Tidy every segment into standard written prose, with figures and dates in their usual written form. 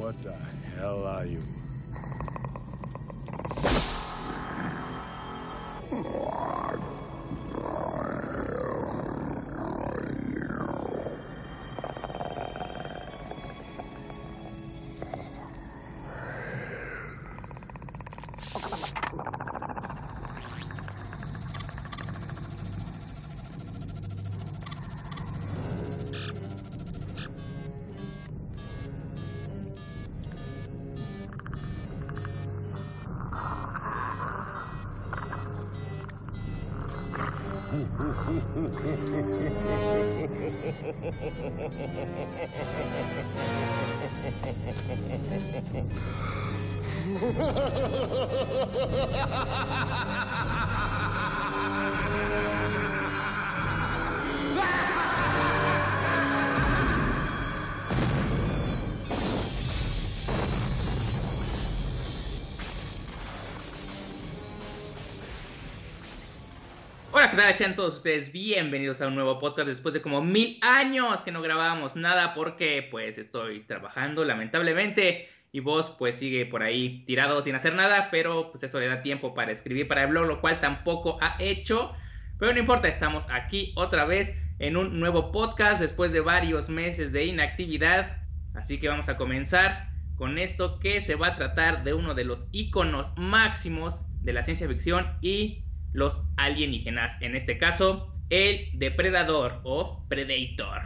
What the hell are you? Hola, ¿qué tal? Sean todos ustedes bienvenidos a un nuevo podcast después de como 1000 años que no grabábamos nada porque pues estoy trabajando lamentablemente y vos pues sigue por ahí tirado sin hacer nada, pero pues eso le da tiempo para escribir para el blog, lo cual tampoco ha hecho, pero no importa, estamos aquí otra vez en un nuevo podcast después de varios meses de inactividad, así que vamos a comenzar con esto que se va a tratar de uno de los iconos máximos de la ciencia ficción y los alienígenas, en este caso, el depredador o Predator.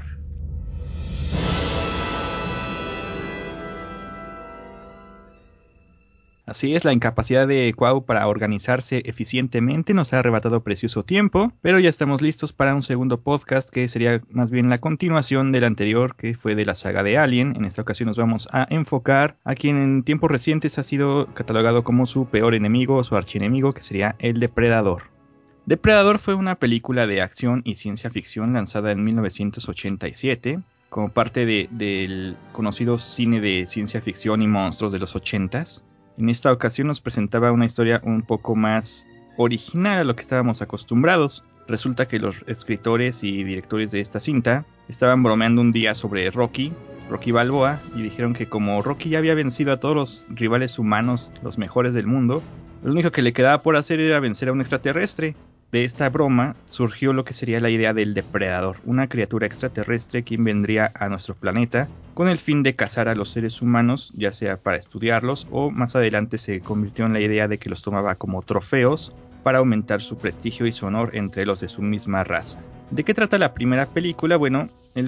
Así es, la incapacidad de Cuau para organizarse eficientemente nos ha arrebatado precioso tiempo, pero ya estamos listos para un segundo podcast que sería más bien la continuación del anterior, que fue de la saga de Alien. En esta ocasión nos vamos a enfocar a quien en tiempos recientes ha sido catalogado como su peor enemigo o su archienemigo, que sería el Depredador. Depredador fue una película de acción y ciencia ficción lanzada en 1987 como parte del conocido cine de ciencia ficción y monstruos de los 80s. En esta ocasión nos presentaba una historia un poco más original a lo que estábamos acostumbrados. Resulta que los escritores y directores de esta cinta estaban bromeando un día sobre Rocky Balboa, y dijeron que como Rocky ya había vencido a todos los rivales humanos, los mejores del mundo, lo único que le quedaba por hacer era vencer a un extraterrestre. De esta broma surgió lo que sería la idea del depredador, una criatura extraterrestre quien vendría a nuestro planeta con el fin de cazar a los seres humanos, ya sea para estudiarlos o más adelante se convirtió en la idea de que los tomaba como trofeos para aumentar su prestigio y su honor entre los de su misma raza. ¿De qué trata la primera película? Bueno,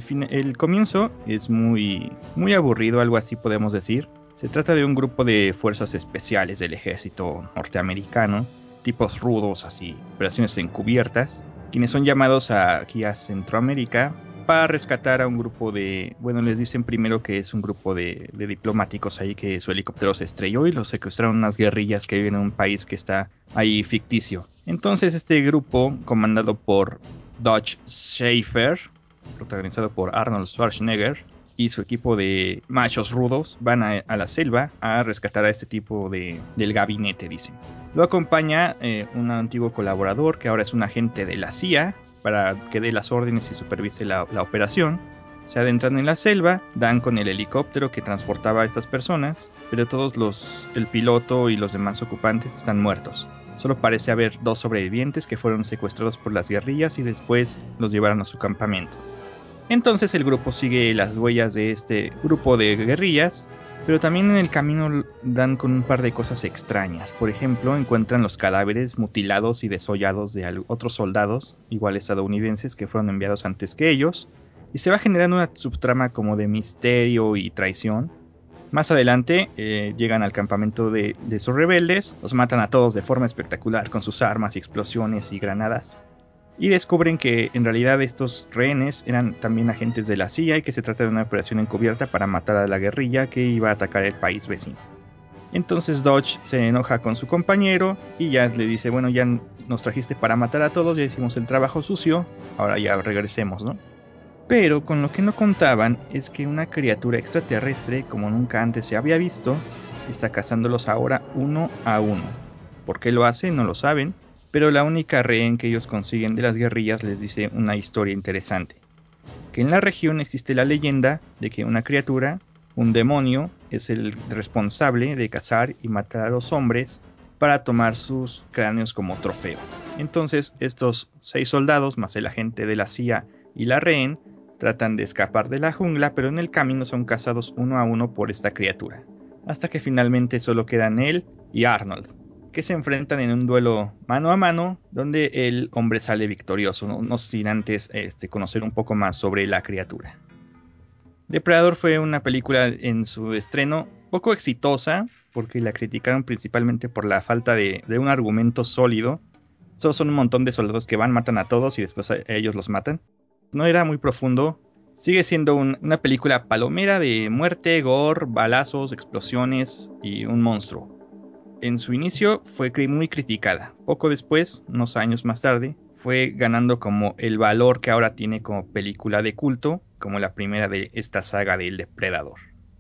el comienzo es muy aburrido, algo así podemos decir. Se trata de un grupo de fuerzas especiales del ejército norteamericano, tipos rudos así, operaciones encubiertas, quienes son llamados aquí a Centroamérica para rescatar a un grupo de, bueno, les dicen primero que es un grupo de diplomáticos ahí que su helicóptero se estrelló y los secuestraron unas guerrillas que viven en un país que está ahí ficticio. Entonces este grupo, comandado por Dutch Schaefer, protagonizado por Arnold Schwarzenegger, y su equipo de machos rudos van a la selva a rescatar a este tipo del gabinete, dicen. Lo acompaña un antiguo colaborador que ahora es un agente de la CIA para que dé las órdenes y supervise la operación. Se adentran en la selva, dan con el helicóptero que transportaba a estas personas, pero el piloto y los demás ocupantes están muertos. Solo parece haber 2 sobrevivientes que fueron secuestrados por las guerrillas y después los llevaron a su campamento. Entonces el grupo sigue las huellas de este grupo de guerrillas, pero también en el camino dan con un par de cosas extrañas. Por ejemplo, encuentran los cadáveres mutilados y desollados de otros soldados, igual estadounidenses, que fueron enviados antes que ellos, y se va generando una subtrama como de misterio y traición. Más adelante llegan al campamento de esos rebeldes, los matan a todos de forma espectacular con sus armas y explosiones y granadas. Y descubren que en realidad estos rehenes eran también agentes de la CIA y que se trata de una operación encubierta para matar a la guerrilla que iba a atacar el país vecino. Entonces Dodge se enoja con su compañero y ya le dice, bueno, ya nos trajiste para matar a todos, ya hicimos el trabajo sucio, ahora ya regresemos, ¿no? Pero con lo que no contaban es que una criatura extraterrestre, como nunca antes se había visto, está cazándolos ahora uno a uno. ¿Por qué lo hace? No lo saben, pero la única rehén que ellos consiguen de las guerrillas les dice una historia interesante. Que en la región existe la leyenda de que una criatura un demonio, es el responsable de cazar y matar a los hombres para tomar sus cráneos como trofeo. Entonces estos 6 soldados más el agente de la CIA y la rehén tratan de escapar de la jungla, pero en el camino son cazados uno a uno por esta criatura, hasta que finalmente solo quedan él y Arnold, que se enfrentan en un duelo mano a mano, donde el hombre sale victorioso, no sin antes conocer un poco más sobre la criatura. Depredador fue una película en su estreno poco exitosa, porque la criticaron principalmente por la falta de un argumento sólido. Solo son un montón de soldados que van, matan a todos y después a ellos los matan. No era muy profundo. Sigue siendo una película palomera de muerte, gore, balazos, explosiones y un monstruo. En su inicio fue muy criticada. Poco después, unos años más tarde, fue ganando como el valor que ahora tiene como película de culto, como la primera de esta saga del Depredador.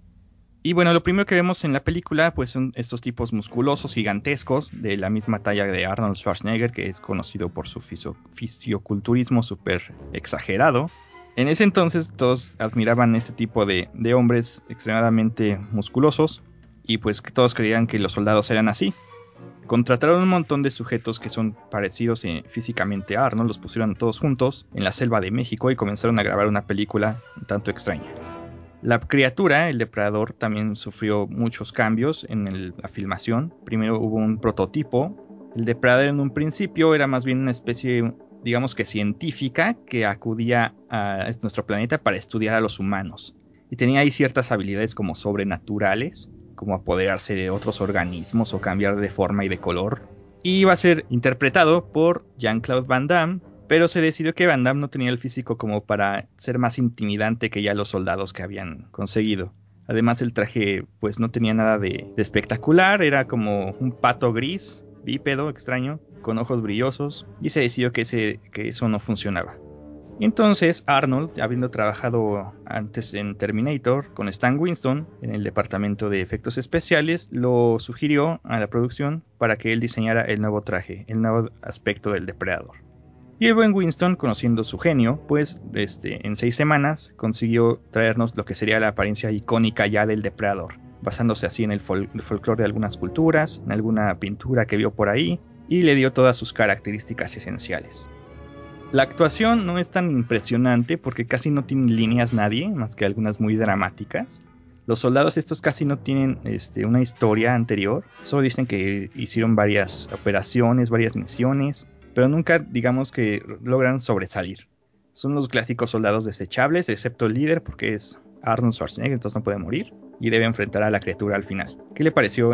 Y bueno, lo primero que vemos en la película pues son estos tipos musculosos, gigantescos, de la misma talla de Arnold Schwarzenegger, que es conocido por su fisioculturismo súper exagerado. En ese entonces todos admiraban este tipo de hombres extremadamente musculosos y pues que todos creían que los soldados eran así. Contrataron un montón de sujetos que son parecidos físicamente a Arnold, los pusieron todos juntos en la selva de México y comenzaron a grabar una película un tanto extraña. La criatura, el depredador, también sufrió muchos cambios en la filmación. Primero hubo un prototipo. El depredador en un principio era más bien una especie, digamos que científica, que acudía a nuestro planeta para estudiar a los humanos. Y tenía ahí ciertas habilidades como sobrenaturales, como apoderarse de otros organismos o cambiar de forma y de color. Y iba a ser interpretado por Jean-Claude Van Damme, pero se decidió que Van Damme no tenía el físico como para ser más intimidante que ya los soldados que habían conseguido. Además el traje pues no tenía nada de espectacular, era como un pato gris, bípedo, extraño, con ojos brillosos, y se decidió que eso no funcionaba. Entonces Arnold, habiendo trabajado antes en Terminator con Stan Winston en el departamento de efectos especiales, lo sugirió a la producción para que él diseñara el nuevo traje, el nuevo aspecto del depredador. Y el buen Winston, conociendo su genio, pues en 6 semanas consiguió traernos lo que sería la apariencia icónica ya del depredador, basándose así en el folclore de algunas culturas, en alguna pintura que vio por ahí, y le dio todas sus características esenciales. La actuación no es tan impresionante porque casi no tienen líneas nadie, más que algunas muy dramáticas. Los soldados estos casi no tienen una historia anterior, solo dicen que hicieron varias operaciones, varias misiones, pero nunca digamos que logran sobresalir. Son los clásicos soldados desechables, excepto el líder porque es Arnold Schwarzenegger, entonces no puede morir y debe enfrentar a la criatura al final. ¿Qué le pareció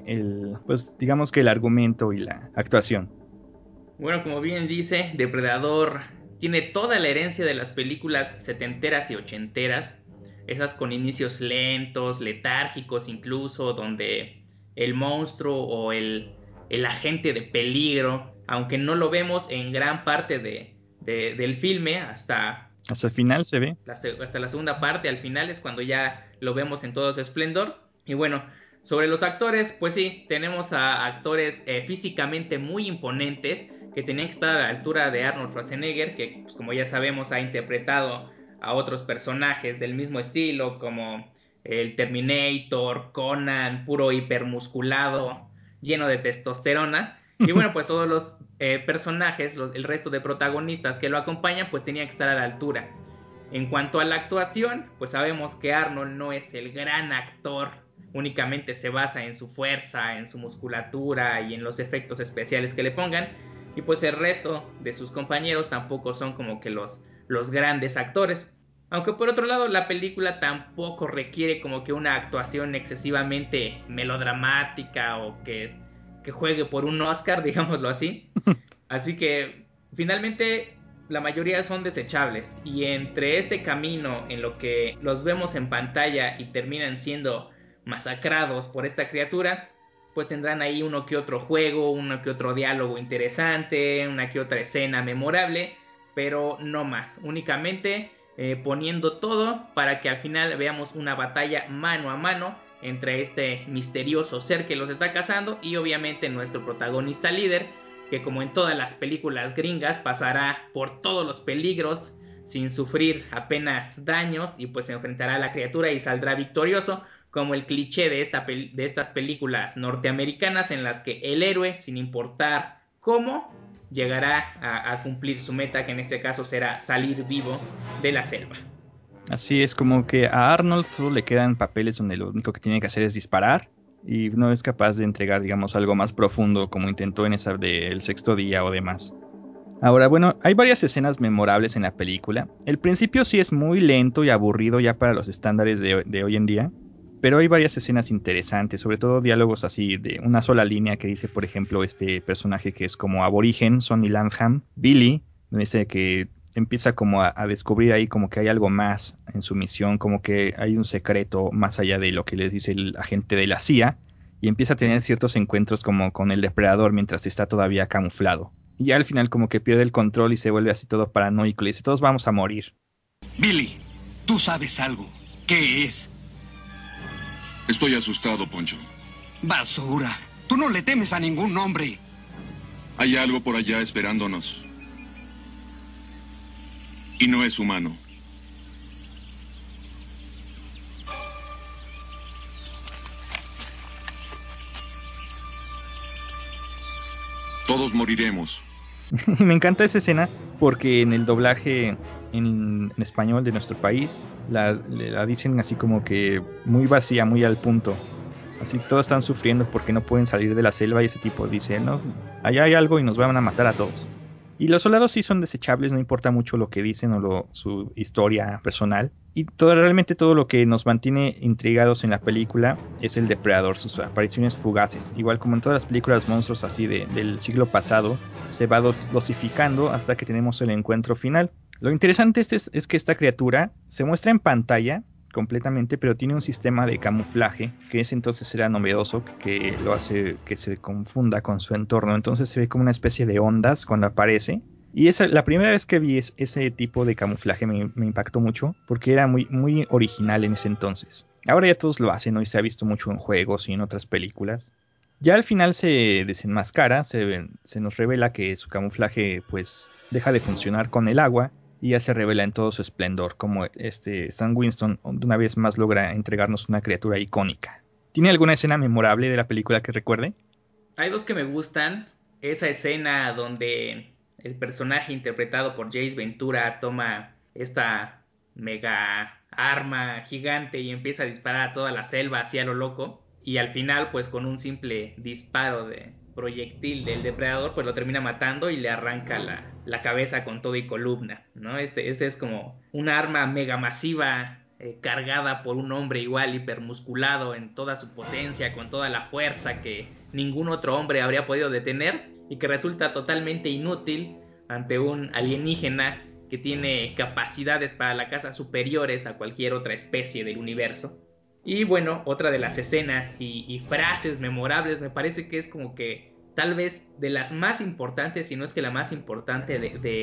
pues digamos que el argumento y la actuación? Bueno, como bien dice, Depredador tiene toda la herencia de las películas setenteras y ochenteras, esas con inicios lentos, letárgicos incluso, donde el monstruo o el agente de peligro, aunque no lo vemos en gran parte del filme, Hasta el final se ve. hasta la segunda parte, al final es cuando ya lo vemos en todo su esplendor. Y bueno, sobre los actores, pues sí, tenemos a actores físicamente muy imponentes que tenían que estar a la altura de Arnold Schwarzenegger, que pues, como ya sabemos ha interpretado a otros personajes del mismo estilo, como el Terminator, Conan, puro hipermusculado, lleno de testosterona. Y bueno, pues todos los personajes, el resto de protagonistas que lo acompañan, pues tenían que estar a la altura. En cuanto a la actuación, pues sabemos que Arnold no es el gran actor, únicamente se basa en su fuerza, en su musculatura y en los efectos especiales que le pongan, y pues el resto de sus compañeros tampoco son como que los grandes actores. Aunque por otro lado la película tampoco requiere como que una actuación excesivamente melodramática o que juegue por un Oscar, digámoslo así. Así que finalmente la mayoría son desechables y entre este camino en lo que los vemos en pantalla y terminan siendo masacrados por esta criatura, pues tendrán ahí uno que otro juego, uno que otro diálogo interesante, una que otra escena memorable, pero no más, únicamente poniendo todo para que al final veamos una batalla mano a mano entre este misterioso ser que los está cazando y obviamente nuestro protagonista líder, que como en todas las películas gringas pasará por todos los peligros sin sufrir apenas daños y pues se enfrentará a la criatura y saldrá victorioso, como el cliché de estas películas norteamericanas en las que el héroe, sin importar cómo, llegará a cumplir su meta, que en este caso será salir vivo de la selva. Así es, como que a Arnold solo le quedan papeles donde lo único que tiene que hacer es disparar y no es capaz de entregar, digamos, algo más profundo como intentó en esa de El Sexto Día o demás. Ahora, bueno, hay varias escenas memorables en la película. El principio sí es muy lento y aburrido ya para los estándares de hoy en día, pero hay varias escenas interesantes, sobre todo diálogos así de una sola línea que dice, por ejemplo, este personaje que es como aborigen, Sonny Landham, Billy, donde dice que empieza como a descubrir ahí como que hay algo más en su misión, como que hay un secreto más allá de lo que les dice el agente de la CIA, y empieza a tener ciertos encuentros como con el depredador mientras está todavía camuflado. Y ya al final como que pierde el control y se vuelve así todo paranoico. Le dice, todos vamos a morir. Billy, tú sabes algo. ¿Qué es? Estoy asustado, Poncho. Basura. Tú no le temes a ningún hombre. Hay algo por allá esperándonos. Y no es humano. Todos moriremos. Y me encanta esa escena porque en el doblaje en español de nuestro país la dicen así como que muy vacía, muy al punto. Así todos están sufriendo porque no pueden salir de la selva y ese tipo dice, no, allá hay algo y nos van a matar a todos. Y los soldados sí son desechables, no importa mucho lo que dicen o su historia personal. Y realmente todo lo que nos mantiene intrigados en la película es el depredador, sus apariciones fugaces. Igual como en todas las películas monstruos así del siglo pasado, se va dosificando hasta que tenemos el encuentro final. Lo interesante es que esta criatura se muestra en pantalla completamente, pero tiene un sistema de camuflaje que ese entonces era novedoso, que lo hace que se confunda con su entorno. Entonces se ve como una especie de ondas cuando aparece. Y la primera vez que vi ese tipo de camuflaje me impactó mucho porque era muy, muy original en ese entonces. Ahora ya todos lo hacen, ¿no? Y se ha visto mucho en juegos y en otras películas. Ya al final se desenmascara, se nos revela que su camuflaje pues deja de funcionar con el agua y ya se revela en todo su esplendor, como Stan Winston una vez más logra entregarnos una criatura icónica. ¿Tiene alguna escena memorable de la película que recuerde? Hay dos que me gustan. Esa escena donde el personaje interpretado por Jace Ventura toma esta mega arma gigante y empieza a disparar a toda la selva hacia lo loco. Y al final, pues con un simple disparo de proyectil del depredador, pues lo termina matando y le arranca la cabeza con todo y columna, ¿no? Este es como un arma mega masiva cargada por un hombre igual hipermusculado en toda su potencia, con toda la fuerza que ningún otro hombre habría podido detener y que resulta totalmente inútil ante un alienígena que tiene capacidades para la caza superiores a cualquier otra especie del universo. Y bueno, otra de las escenas y frases memorables me parece que es como que tal vez de las más importantes, si no es que la más importante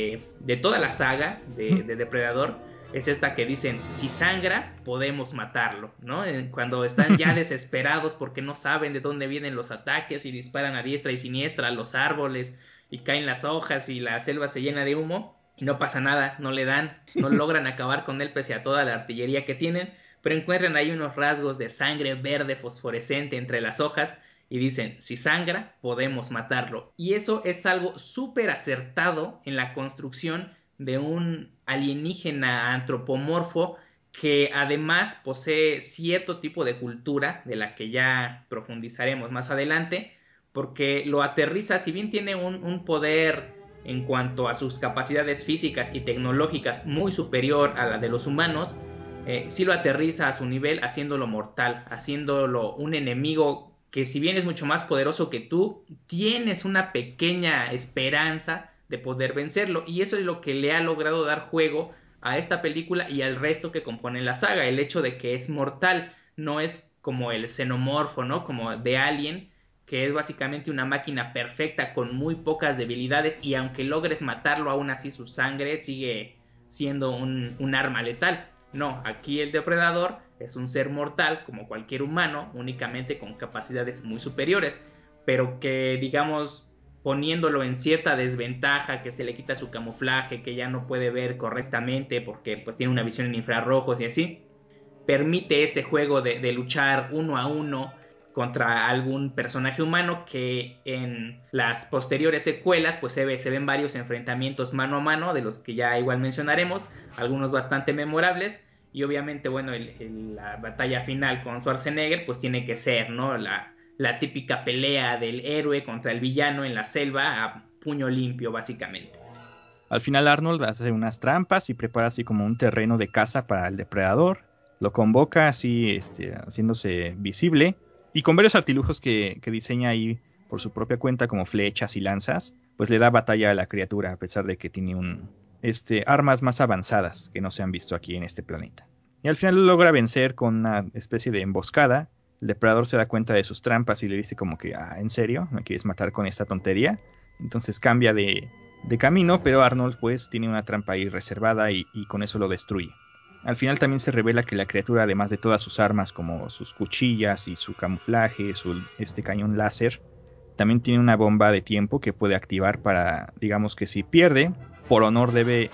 de toda la saga de Depredador, es esta que dicen, si sangra, podemos matarlo, ¿no? Cuando están ya desesperados porque no saben de dónde vienen los ataques y disparan a diestra y siniestra a los árboles y caen las hojas y la selva se llena de humo y no pasa nada, no le dan, no logran acabar con él pese a toda la artillería que tienen, pero encuentran ahí unos rasgos de sangre verde fosforescente entre las hojas y dicen, si sangra, podemos matarlo. Y eso es algo súper acertado en la construcción de un alienígena antropomorfo que además posee cierto tipo de cultura, de la que ya profundizaremos más adelante, porque lo aterriza, si bien tiene un poder en cuanto a sus capacidades físicas y tecnológicas muy superior a la de los humanos, sí lo aterriza a su nivel haciéndolo mortal, haciéndolo un enemigo que si bien es mucho más poderoso que tú, tienes una pequeña esperanza de poder vencerlo y eso es lo que le ha logrado dar juego a esta película y al resto que compone la saga, el hecho de que es mortal, no es como el xenomorfo, ¿no? Como de Alien, que es básicamente una máquina perfecta con muy pocas debilidades y aunque logres matarlo aún así su sangre sigue siendo un arma letal. No, aquí el depredador es un ser mortal como cualquier humano, únicamente con capacidades muy superiores, pero que digamos poniéndolo en cierta desventaja, que se le quita su camuflaje, que ya no puede ver correctamente porque pues tiene una visión en infrarrojos y así, permite este juego de luchar uno a uno contra algún personaje humano, que en las posteriores secuelas pues se ven varios enfrentamientos mano a mano, de los que ya igual mencionaremos, algunos bastante memorables. Y obviamente, bueno, la batalla final con Schwarzenegger pues tiene que ser, ¿no? La típica pelea del héroe contra el villano en la selva a puño limpio, básicamente. Al final Arnold hace unas trampas y prepara así como un terreno de caza para el depredador. Lo convoca así, haciéndose visible. Y con varios artilugios que diseña ahí por su propia cuenta, como flechas y lanzas, pues le da batalla a la criatura, a pesar de que tiene armas más avanzadas que no se han visto aquí en este planeta. Y al final lo logra vencer con una especie de emboscada. El depredador se da cuenta de sus trampas y le dice como que, ¿en serio? ¿Me quieres matar con esta tontería? Entonces cambia de camino, pero Arnold pues tiene una trampa ahí reservada y con eso lo destruye. Al final también se revela que la criatura, además de todas sus armas como sus cuchillas y su camuflaje, este cañón láser, también tiene una bomba de tiempo que puede activar para, digamos que si pierde, por honor debe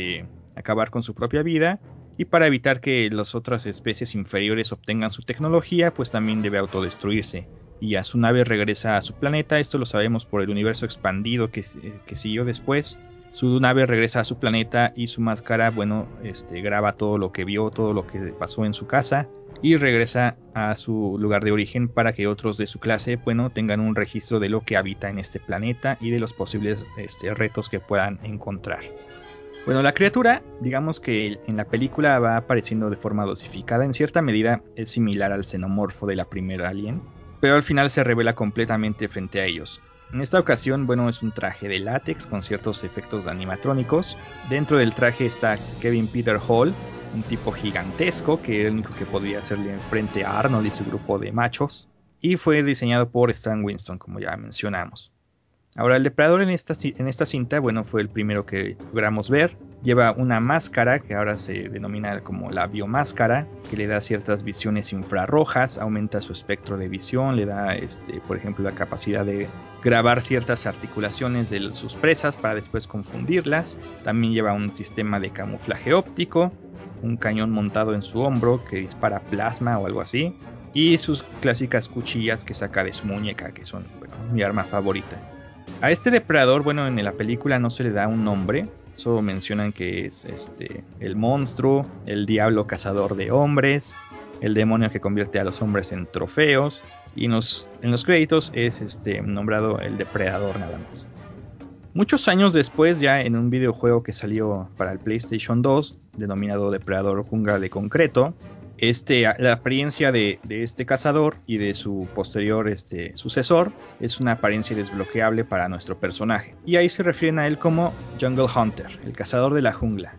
acabar con su propia vida, y para evitar que las otras especies inferiores obtengan su tecnología, pues también debe autodestruirse. Y a su nave regresa a su planeta. Esto lo sabemos por el universo expandido que siguió después. Su nave regresa a su planeta y su máscara, bueno, graba todo lo que vio, todo lo que pasó en su casa, y regresa a su lugar de origen para que otros de su clase, bueno, tengan un registro de lo que habita en este planeta y de los posibles retos que puedan encontrar. Bueno, la criatura, digamos que en la película va apareciendo de forma dosificada. En cierta medida es similar al xenomorfo de la primera Alien, pero al final se revela completamente frente a ellos. En esta ocasión, bueno, es un traje de látex con ciertos efectos animatrónicos. Dentro del traje está Kevin Peter Hall, un tipo gigantesco que era el único que podría hacerle frente a Arnold y su grupo de machos, y fue diseñado por Stan Winston, como ya mencionamos. Ahora, el depredador en esta cinta, bueno, fue el primero que logramos ver. Lleva una máscara que ahora se denomina como la biomáscara, que le da ciertas visiones infrarrojas, aumenta su espectro de visión, le da, por ejemplo, la capacidad de grabar ciertas articulaciones de sus presas para después confundirlas. También lleva un sistema de camuflaje óptico, un cañón montado en su hombro que dispara plasma o algo así, y sus clásicas cuchillas que saca de su muñeca, que son, bueno, mi arma favorita. A este depredador, bueno, en la película no se le da un nombre, solo mencionan que es el monstruo, el diablo cazador de hombres, el demonio que convierte a los hombres en trofeos, y en los créditos es nombrado el depredador nada más. Muchos años después, ya en un videojuego que salió para el PlayStation 2, denominado Depredador Jungla de Concreto, la apariencia de este cazador y de su posterior sucesor es una apariencia desbloqueable para nuestro personaje. Y ahí se refieren a él como Jungle Hunter, el cazador de la jungla,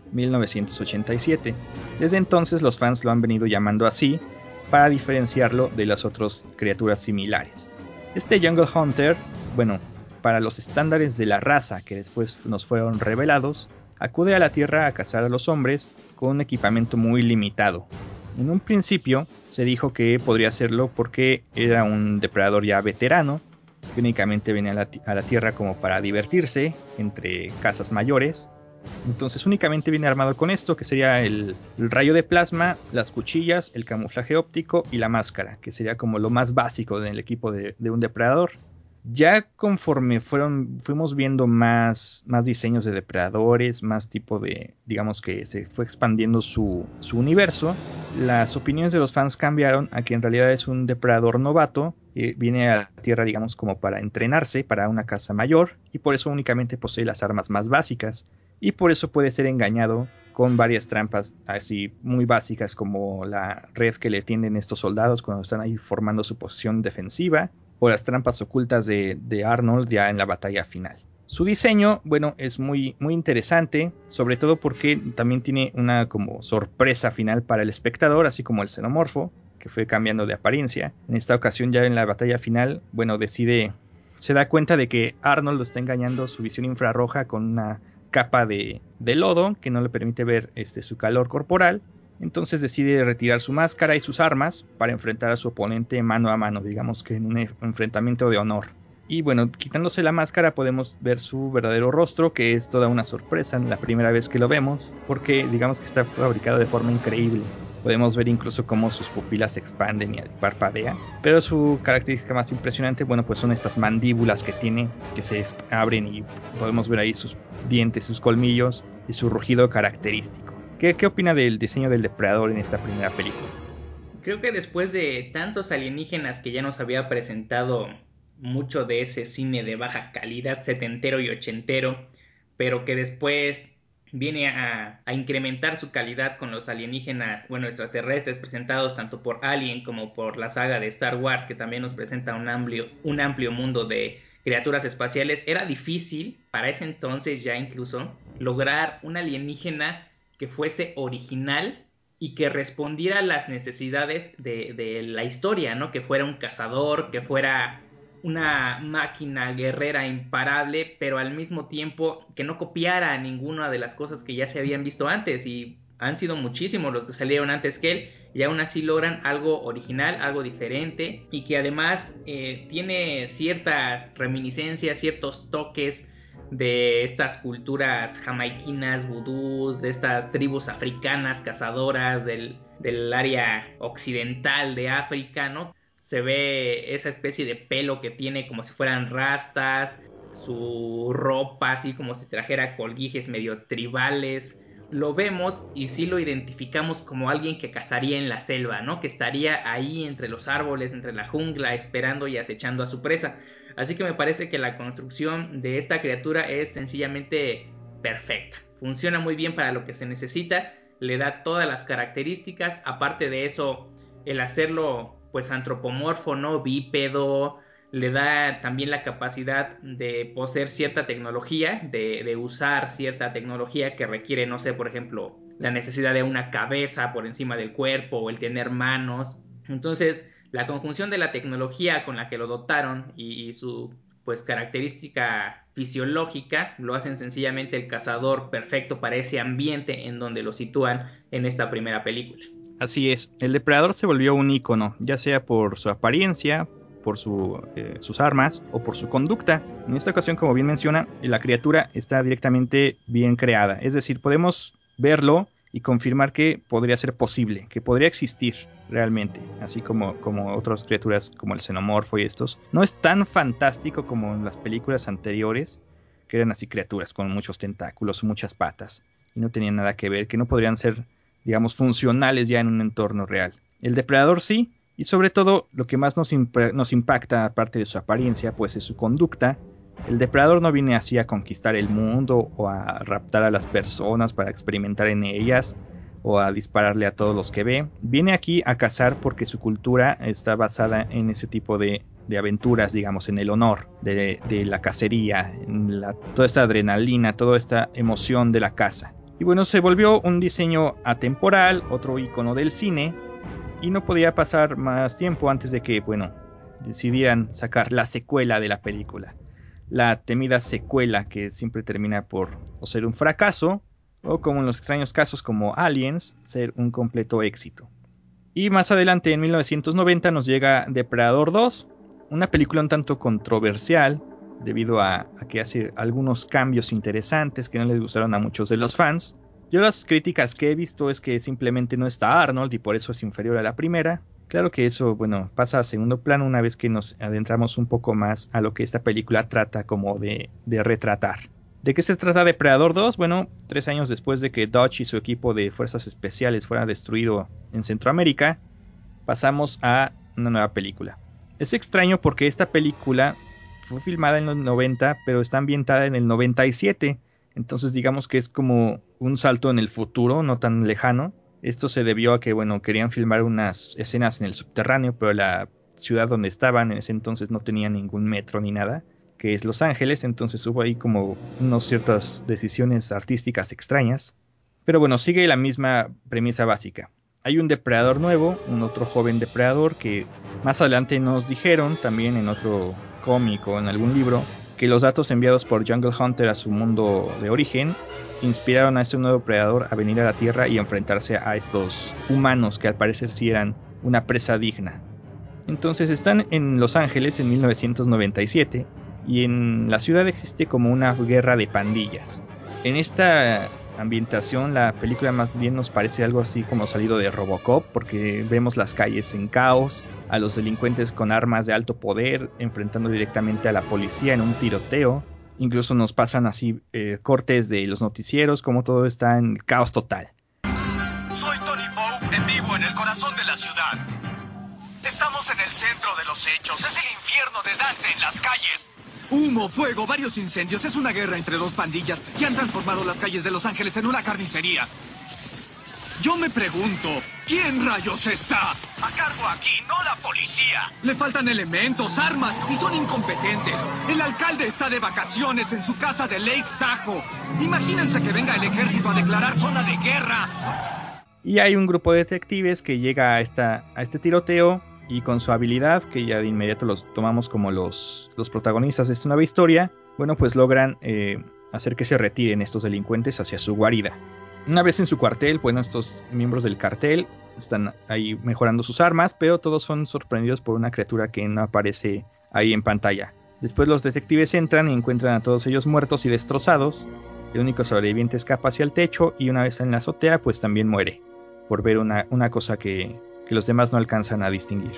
1987. Desde entonces los fans lo han venido llamando así para diferenciarlo de las otras criaturas similares. Este Jungle Hunter, bueno, para los estándares de la raza que después nos fueron revelados, acude a la Tierra a cazar a los hombres con un equipamiento muy limitado. En un principio se dijo que podría hacerlo porque era un depredador ya veterano, que únicamente venía a la Tierra como para divertirse entre cazas mayores. Entonces únicamente viene armado con esto, que sería el rayo de plasma, las cuchillas, el camuflaje óptico y la máscara, que sería como lo más básico del equipo de un depredador. Ya conforme fuimos viendo más diseños de depredadores, más tipo de, digamos que se fue expandiendo su universo, las opiniones de los fans cambiaron a que en realidad es un depredador novato, viene a la Tierra, digamos, como para entrenarse para una caza mayor, y por eso únicamente posee las armas más básicas, y por eso puede ser engañado con varias trampas así muy básicas, como la red que le tienden estos soldados cuando están ahí formando su posición defensiva, o las trampas ocultas de Arnold ya en la batalla final. Su diseño, bueno, es muy, muy interesante, sobre todo porque también tiene una como sorpresa final para el espectador, así como el xenomorfo, que fue cambiando de apariencia. En esta ocasión ya en la batalla final, bueno, se da cuenta de que Arnold lo está engañando su visión infrarroja con una capa de lodo que no le permite ver su calor corporal. Entonces decide retirar su máscara y sus armas para enfrentar a su oponente mano a mano, digamos que en un enfrentamiento de honor. Y bueno, quitándose la máscara podemos ver su verdadero rostro, que es toda una sorpresa la primera vez que lo vemos, porque digamos que está fabricado de forma increíble. Podemos ver incluso cómo sus pupilas se expanden y parpadea. Pero su característica más impresionante, bueno, pues son estas mandíbulas que tiene, que se abren y podemos ver ahí sus dientes, sus colmillos y su rugido característico. ¿Qué opina del diseño del depredador en esta primera película? Creo que después de tantos alienígenas que ya nos había presentado mucho de ese cine de baja calidad setentero y ochentero, pero que después viene a incrementar su calidad con los alienígenas, bueno, extraterrestres presentados tanto por Alien como por la saga de Star Wars, que también nos presenta un amplio mundo de criaturas espaciales, era difícil para ese entonces ya incluso lograr un alienígena que fuese original y que respondiera a las necesidades de la historia, ¿no? Que fuera un cazador, que fuera una máquina guerrera imparable, pero al mismo tiempo que no copiara ninguna de las cosas que ya se habían visto antes, y han sido muchísimos los que salieron antes que él, y aún así logran algo original, algo diferente, y que además tiene ciertas reminiscencias, ciertos toques de estas culturas jamaiquinas, vudús, de estas tribus africanas cazadoras del área occidental de África, ¿no? Se ve esa especie de pelo que tiene como si fueran rastas, su ropa así como si trajera colguijes medio tribales. Lo vemos y sí lo identificamos como alguien que cazaría en la selva, ¿no? Que estaría ahí entre los árboles, entre la jungla, esperando y acechando a su presa. Así que me parece que la construcción de esta criatura es sencillamente perfecta. Funciona muy bien para lo que se necesita, le da todas las características. Aparte de eso, el hacerlo pues antropomorfo, ¿no? Bípedo, le da también la capacidad de poseer cierta tecnología, de usar cierta tecnología que requiere, no sé, por ejemplo, la necesidad de una cabeza por encima del cuerpo o el tener manos. Entonces, la conjunción de la tecnología con la que lo dotaron y su pues característica fisiológica lo hacen sencillamente el cazador perfecto para ese ambiente en donde lo sitúan en esta primera película. Así es, el depredador se volvió un ícono, ya sea por su apariencia, por sus armas o por su conducta. En esta ocasión, como bien menciona, la criatura está directamente bien creada, es decir, podemos verlo y confirmar que podría ser posible, que podría existir realmente, así como otras criaturas como el xenomorfo y estos. No es tan fantástico como en las películas anteriores, que eran así criaturas con muchos tentáculos, muchas patas, y no tenían nada que ver, que no podrían ser, digamos, funcionales ya en un entorno real. El depredador sí, y sobre todo lo que más nos impacta, aparte de su apariencia, pues es su conducta. El depredador no viene así a conquistar el mundo o a raptar a las personas para experimentar en ellas o a dispararle a todos los que ve. Viene aquí a cazar porque su cultura está basada en ese tipo de aventuras, digamos, en el honor de la cacería, en toda esta adrenalina, toda esta emoción de la caza. Y bueno, se volvió un diseño atemporal, otro icono del cine, y no podía pasar más tiempo antes de que, bueno, decidieran sacar la secuela de la película. La temida secuela que siempre termina por o ser un fracaso, o como en los extraños casos como Aliens, ser un completo éxito. Y más adelante, en 1990, nos llega Depredador 2, una película un tanto controversial, debido a que hace algunos cambios interesantes que no les gustaron a muchos de los fans. Yo las críticas que he visto es que simplemente no está Arnold y por eso es inferior a la primera. Claro que eso, bueno, pasa a segundo plano una vez que nos adentramos un poco más a lo que esta película trata como de retratar. ¿De qué se trata Depredador 2? Bueno, 3 años después de que Dodge y su equipo de fuerzas especiales fuera destruido en Centroamérica, pasamos a una nueva película. Es extraño porque esta película fue filmada en los 90, pero está ambientada en el 97. Entonces digamos que es como un salto en el futuro, no tan lejano. Esto se debió a que, bueno, querían filmar unas escenas en el subterráneo, pero la ciudad donde estaban en ese entonces no tenía ningún metro ni nada, que es Los Ángeles, entonces hubo ahí como unas ciertas decisiones artísticas extrañas. Pero bueno, sigue la misma premisa básica. Hay un depredador nuevo, un otro joven depredador que más adelante nos dijeron, también en otro cómic o en algún libro, que los datos enviados por Jungle Hunter a su mundo de origen inspiraron a este nuevo depredador a venir a la Tierra y enfrentarse a estos humanos que al parecer sí eran una presa digna. Entonces están en Los Ángeles en 1997 y en la ciudad existe como una guerra de pandillas. En esta ambientación la película más bien nos parece algo así como salido de Robocop, porque vemos las calles en caos, a los delincuentes con armas de alto poder enfrentando directamente a la policía en un tiroteo. Incluso nos pasan así cortes de los noticieros, como todo está en caos total. Soy Tony Poe, en vivo en el corazón de la ciudad. Estamos en el centro de los hechos. Es el infierno de Dante en las calles. Humo, fuego, varios incendios. Es una guerra entre dos pandillas y han transformado las calles de Los Ángeles en una carnicería. Yo me pregunto, ¿quién rayos está? A cargo aquí, no la policía. Le faltan elementos, armas y son incompetentes. El alcalde está de vacaciones en su casa de Lake Tahoe. Imagínense que venga el ejército a declarar zona de guerra. Y hay un grupo de detectives que llega a este tiroteo y con su habilidad, que ya de inmediato los tomamos como los protagonistas de esta nueva historia, bueno, pues logran hacer que se retiren estos delincuentes hacia su guarida. Una vez en su cuartel, bueno, estos miembros del cartel están ahí mejorando sus armas, pero todos son sorprendidos por una criatura que no aparece ahí en pantalla. Después los detectives entran y encuentran a todos ellos muertos y destrozados. El único sobreviviente escapa hacia el techo y una vez en la azotea, pues también muere por ver una cosa que los demás no alcanzan a distinguir.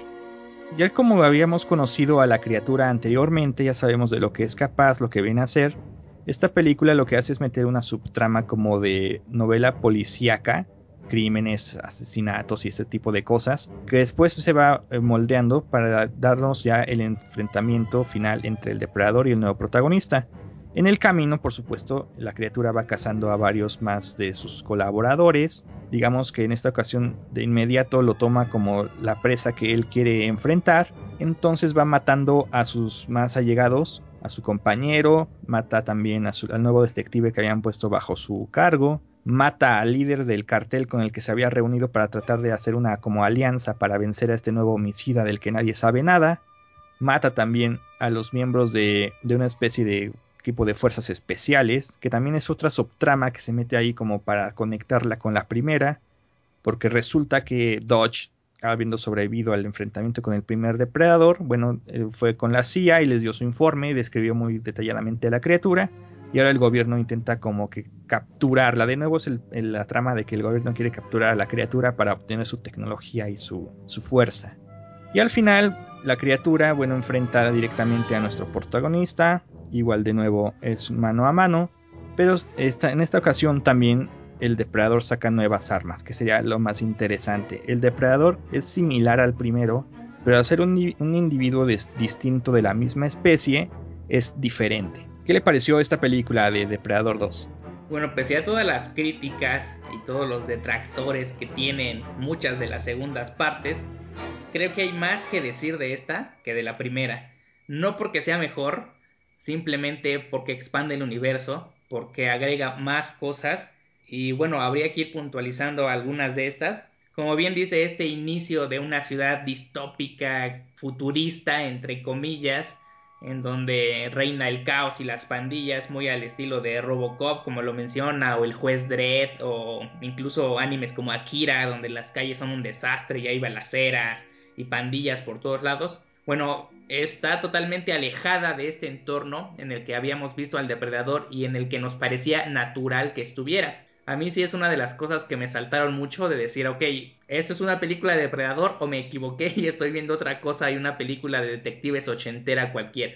Ya como habíamos conocido a la criatura anteriormente, ya sabemos de lo que es capaz, lo que viene a hacer. Esta película lo que hace es meter una subtrama como de novela policíaca, crímenes, asesinatos y este tipo de cosas, que después se va moldeando para darnos ya el enfrentamiento final entre el depredador y el nuevo protagonista. En el camino, por supuesto, la criatura va cazando a varios más de sus colaboradores. Digamos que en esta ocasión de inmediato lo toma como la presa que él quiere enfrentar. Entonces va matando a sus más allegados, a su compañero, mata también al nuevo detective que habían puesto bajo su cargo, mata al líder del cartel con el que se había reunido para tratar de hacer una como alianza para vencer a este nuevo homicida del que nadie sabe nada. Mata también a los miembros de una especie de equipo de fuerzas especiales, que también es otra subtrama que se mete ahí como para conectarla con la primera, porque resulta que Dodge, habiendo sobrevivido al enfrentamiento con el primer depredador, bueno, fue con la CIA y les dio su informe y describió muy detalladamente a la criatura, y ahora el gobierno intenta como que capturarla. De nuevo es la trama de que el gobierno quiere capturar a la criatura para obtener su tecnología y su fuerza. Y al final, la criatura, bueno, enfrenta directamente a nuestro protagonista. Igual de nuevo es mano a mano. Pero en esta ocasión también el depredador saca nuevas armas, que sería lo más interesante. El depredador es similar al primero, pero al ser un individuo distinto de la misma especie, es diferente. ¿Qué le pareció esta película de Depredador 2? Bueno, pese a todas las críticas y todos los detractores que tienen muchas de las segundas partes, creo que hay más que decir de esta que de la primera. No porque sea mejor, simplemente porque expande el universo, porque agrega más cosas. Y bueno, habría que ir puntualizando algunas de estas. Como bien dice, este inicio de una ciudad distópica, futurista, entre comillas, en donde reina el caos y las pandillas, muy al estilo de Robocop, como lo menciona, o el juez Dredd, o incluso animes como Akira, donde las calles son un desastre y hay balaceras y pandillas por todos lados. Bueno, está totalmente alejada de este entorno en el que habíamos visto al depredador y en el que nos parecía natural que estuviera. A mí sí es una de las cosas que me saltaron mucho de decir, ok, ¿esto es una película de depredador o me equivoqué y estoy viendo otra cosa y una película de detectives ochentera cualquiera?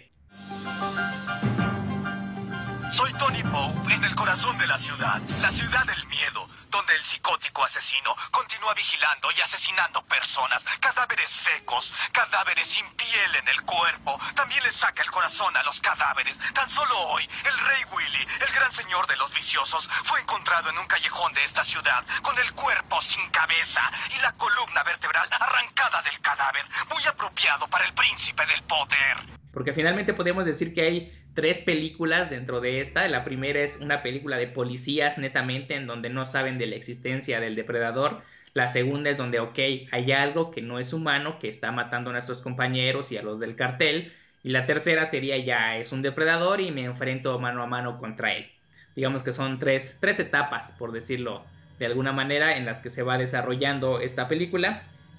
Soy Tony Poe, en el corazón de la ciudad del miedo, donde el psicótico asesino continúa vigilando y asesinando personas, cadáveres secos, cadáveres sin piel en el cuerpo. También le saca el corazón a los cadáveres. Tan solo hoy, el rey Willy, el gran señor de los viciosos, fue encontrado en un callejón de esta ciudad, con el cuerpo sin cabeza y la columna vertebral arrancada del cadáver, muy apropiado para el príncipe del poder. Porque finalmente podemos decir que hay 3 películas dentro de esta. La primera es una película de policías netamente, en donde no saben de la existencia del depredador. La segunda es donde, ok, hay algo que no es humano, que está matando a nuestros compañeros y a los del cartel. Y la tercera sería ya es un depredador y me enfrento mano a mano contra él. Digamos que son tres etapas, por decirlo de alguna manera, en las que se va desarrollando esta película.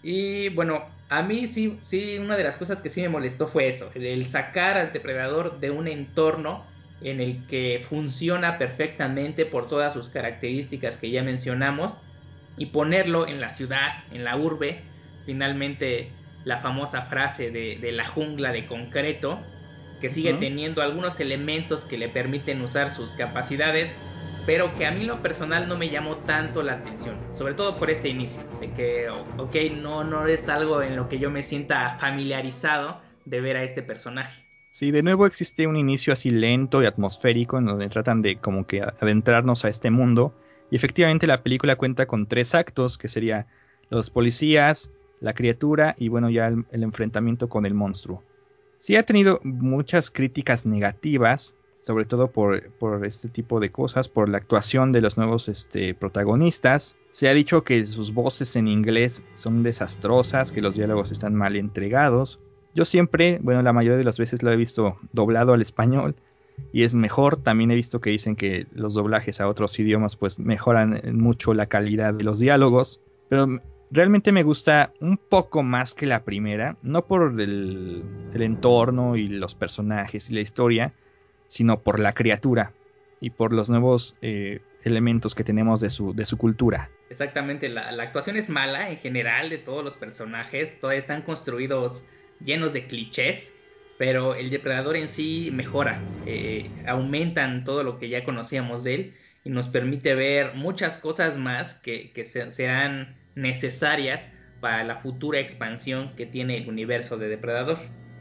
Y bueno, a mí sí, una de las cosas que sí me molestó fue eso, el sacar al depredador de un entorno en el que funciona perfectamente por todas sus características que ya mencionamos y ponerlo en la ciudad, en la urbe, finalmente la famosa frase de la jungla de concreto, que sigue teniendo algunos elementos que le permiten usar sus capacidades, pero que a mí en lo personal no me llamó tanto la atención, sobre todo por este inicio, de que, ok, no es algo en lo que yo me sienta familiarizado de ver a este personaje. Sí, de nuevo existe un inicio así lento y atmosférico en donde tratan de como que adentrarnos a este mundo. Y efectivamente la película cuenta con 3 actos, que sería los policías, la criatura y bueno ya el enfrentamiento con el monstruo. Sí ha tenido muchas críticas negativas, sobre todo por este tipo de cosas, por la actuación de los nuevos protagonistas. Se ha dicho que sus voces en inglés son desastrosas, que los diálogos están mal entregados. Yo siempre, bueno, la mayoría de las veces lo he visto doblado al español y es mejor. También he visto que dicen que los doblajes a otros idiomas pues mejoran mucho la calidad de los diálogos, pero realmente me gusta un poco más que la primera, no por el entorno y los personajes y la historia, sino por la criatura y por los nuevos elementos que tenemos de su cultura. Exactamente, la actuación es mala en general de todos los personajes, todos están construidos llenos de clichés, pero el depredador en sí mejora, aumentan todo lo que ya conocíamos de él y nos permite ver muchas cosas más que serán necesarias para la futura expansión que tiene el universo de Depredador.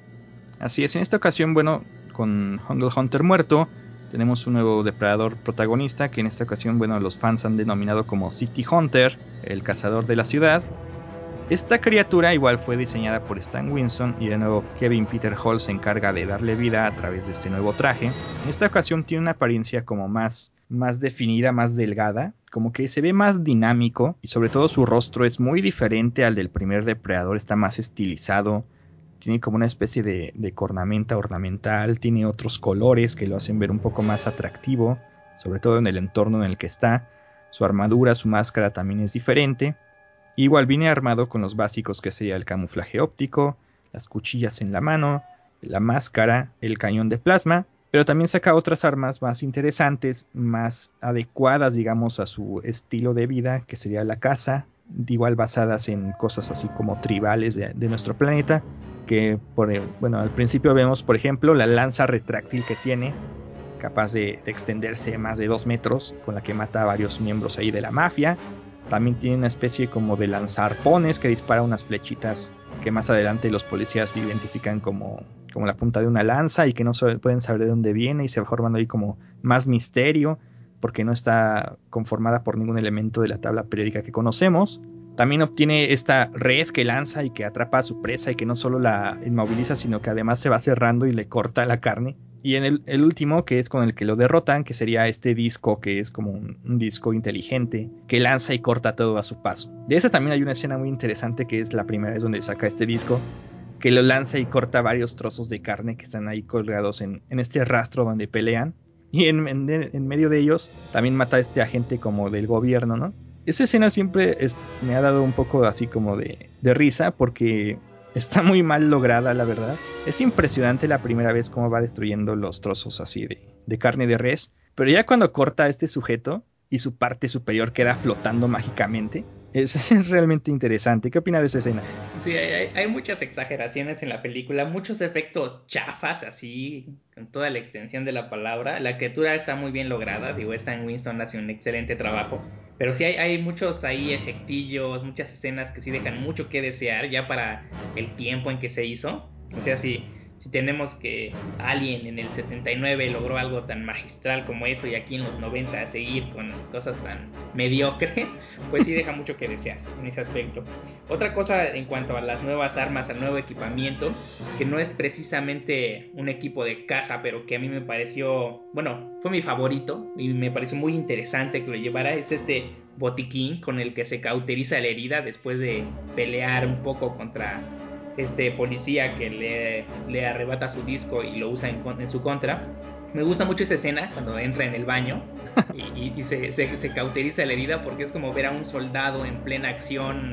Así es, en esta ocasión, bueno, con Jungle Hunter muerto, tenemos un nuevo depredador protagonista que en esta ocasión, bueno, los fans han denominado como City Hunter, el cazador de la ciudad. Esta criatura igual fue diseñada por Stan Winston y de nuevo Kevin Peter Hall se encarga de darle vida a través de este nuevo traje. En esta ocasión tiene una apariencia como más definida, más delgada, como que se ve más dinámico y sobre todo su rostro es muy diferente al del primer depredador, está más estilizado. Tiene como una especie de cornamenta ornamental, tiene otros colores que lo hacen ver un poco más atractivo, sobre todo en el entorno en el que está. Su armadura, su máscara también es diferente. Igual viene armado con los básicos que sería el camuflaje óptico, las cuchillas en la mano, la máscara, el cañón de plasma, pero también saca otras armas más interesantes, más adecuadas, digamos, a su estilo de vida, que sería la caza, igual basadas en cosas así como tribales de nuestro planeta, que bueno, al principio vemos, por ejemplo, la lanza retráctil que tiene, capaz de extenderse más de 2 metros, con la que mata a varios miembros ahí de la mafia. También tiene una especie como de lanzarpones que dispara unas flechitas que más adelante los policías identifican como la punta de una lanza y que no pueden saber de dónde viene y se va formando ahí como más misterio porque no está conformada por ningún elemento de la tabla periódica que conocemos. También obtiene esta red que lanza y que atrapa a su presa y que no solo la inmoviliza sino que además se va cerrando y le corta la carne. Y en el último, que es con el que lo derrotan, que sería este disco, que es como un disco inteligente, que lanza y corta todo a su paso. De esa también hay una escena muy interesante, que es la primera vez donde saca este disco, que lo lanza y corta varios trozos de carne que están ahí colgados en este rastro donde pelean. Y en medio de ellos también mata a este agente como del gobierno, ¿no? Esa escena siempre me ha dado un poco así como de risa, porque está muy mal lograda, la verdad. Es impresionante la primera vez cómo va destruyendo los trozos así de carne de res. Pero ya cuando corta a este sujeto y su parte superior queda flotando mágicamente, es realmente interesante. ¿Qué opina de esa escena? Sí, hay muchas exageraciones en la película, muchos efectos chafas, así, con toda la extensión de la palabra. La criatura está muy bien lograda, digo, Stan Winston hace un excelente trabajo. Pero sí hay muchos ahí efectillos, muchas escenas que sí dejan mucho que desear ya para el tiempo en que se hizo. O sea, si tenemos que Alien en el 79 logró algo tan magistral como eso y aquí en los 90 seguir con cosas tan mediocres, pues sí deja mucho que desear en ese aspecto. Otra cosa en cuanto a las nuevas armas, al nuevo equipamiento, que no es precisamente un equipo de caza, pero que a mí me pareció, bueno, fue mi favorito y me pareció muy interesante que lo llevara, es este botiquín con el que se cauteriza la herida después de pelear un poco contra este policía que le arrebata su disco y lo usa en su contra. Me gusta mucho esa escena cuando entra en el baño y se cauteriza la herida, porque es como ver a un soldado en plena acción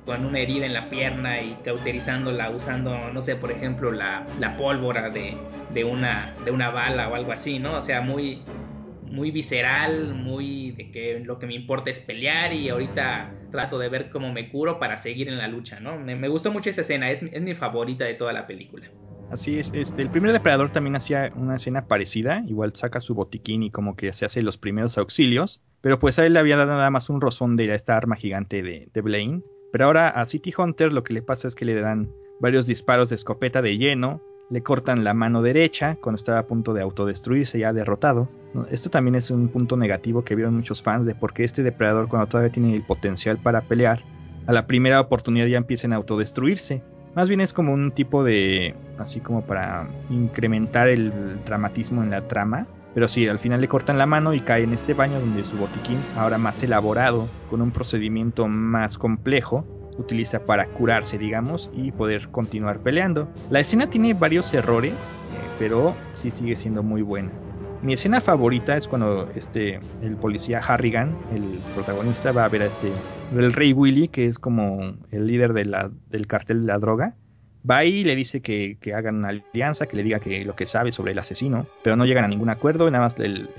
con una herida en la pierna y cauterizándola usando, no sé, por ejemplo, la pólvora de una bala o algo así, ¿no? O sea, muy, muy visceral, muy de que lo que me importa es pelear y ahorita trato de ver cómo me curo para seguir en la lucha, ¿no? Me gustó mucho esa escena, es mi favorita de toda la película. Así es, el primer depredador también hacía una escena parecida, igual saca su botiquín y como que se hace los primeros auxilios, pero pues a él le había dado nada más un rozón de esta arma gigante de Blaine. Pero ahora a City Hunter lo que le pasa es que le dan varios disparos de escopeta de lleno, le cortan la mano derecha cuando estaba a punto de autodestruirse ya derrotado. Esto también es un punto negativo que vieron muchos fans de por qué este depredador cuando todavía tiene el potencial para pelear, a la primera oportunidad ya empiezan a autodestruirse. Más bien es como un tipo de, así como para incrementar el dramatismo en la trama. Pero sí, al final le cortan la mano y cae en este baño donde su botiquín, ahora más elaborado, con un procedimiento más complejo, utiliza para curarse, digamos, y poder continuar peleando. La escena tiene varios errores, pero sí sigue siendo muy buena. Mi escena favorita es cuando el policía Harrigan, el protagonista, va a ver a el Rey Willy, que es como el líder del cartel de la droga. Va ahí y le dice que hagan una alianza, que le diga que lo que sabe sobre el asesino, pero no llegan a ningún acuerdo. Y nada más el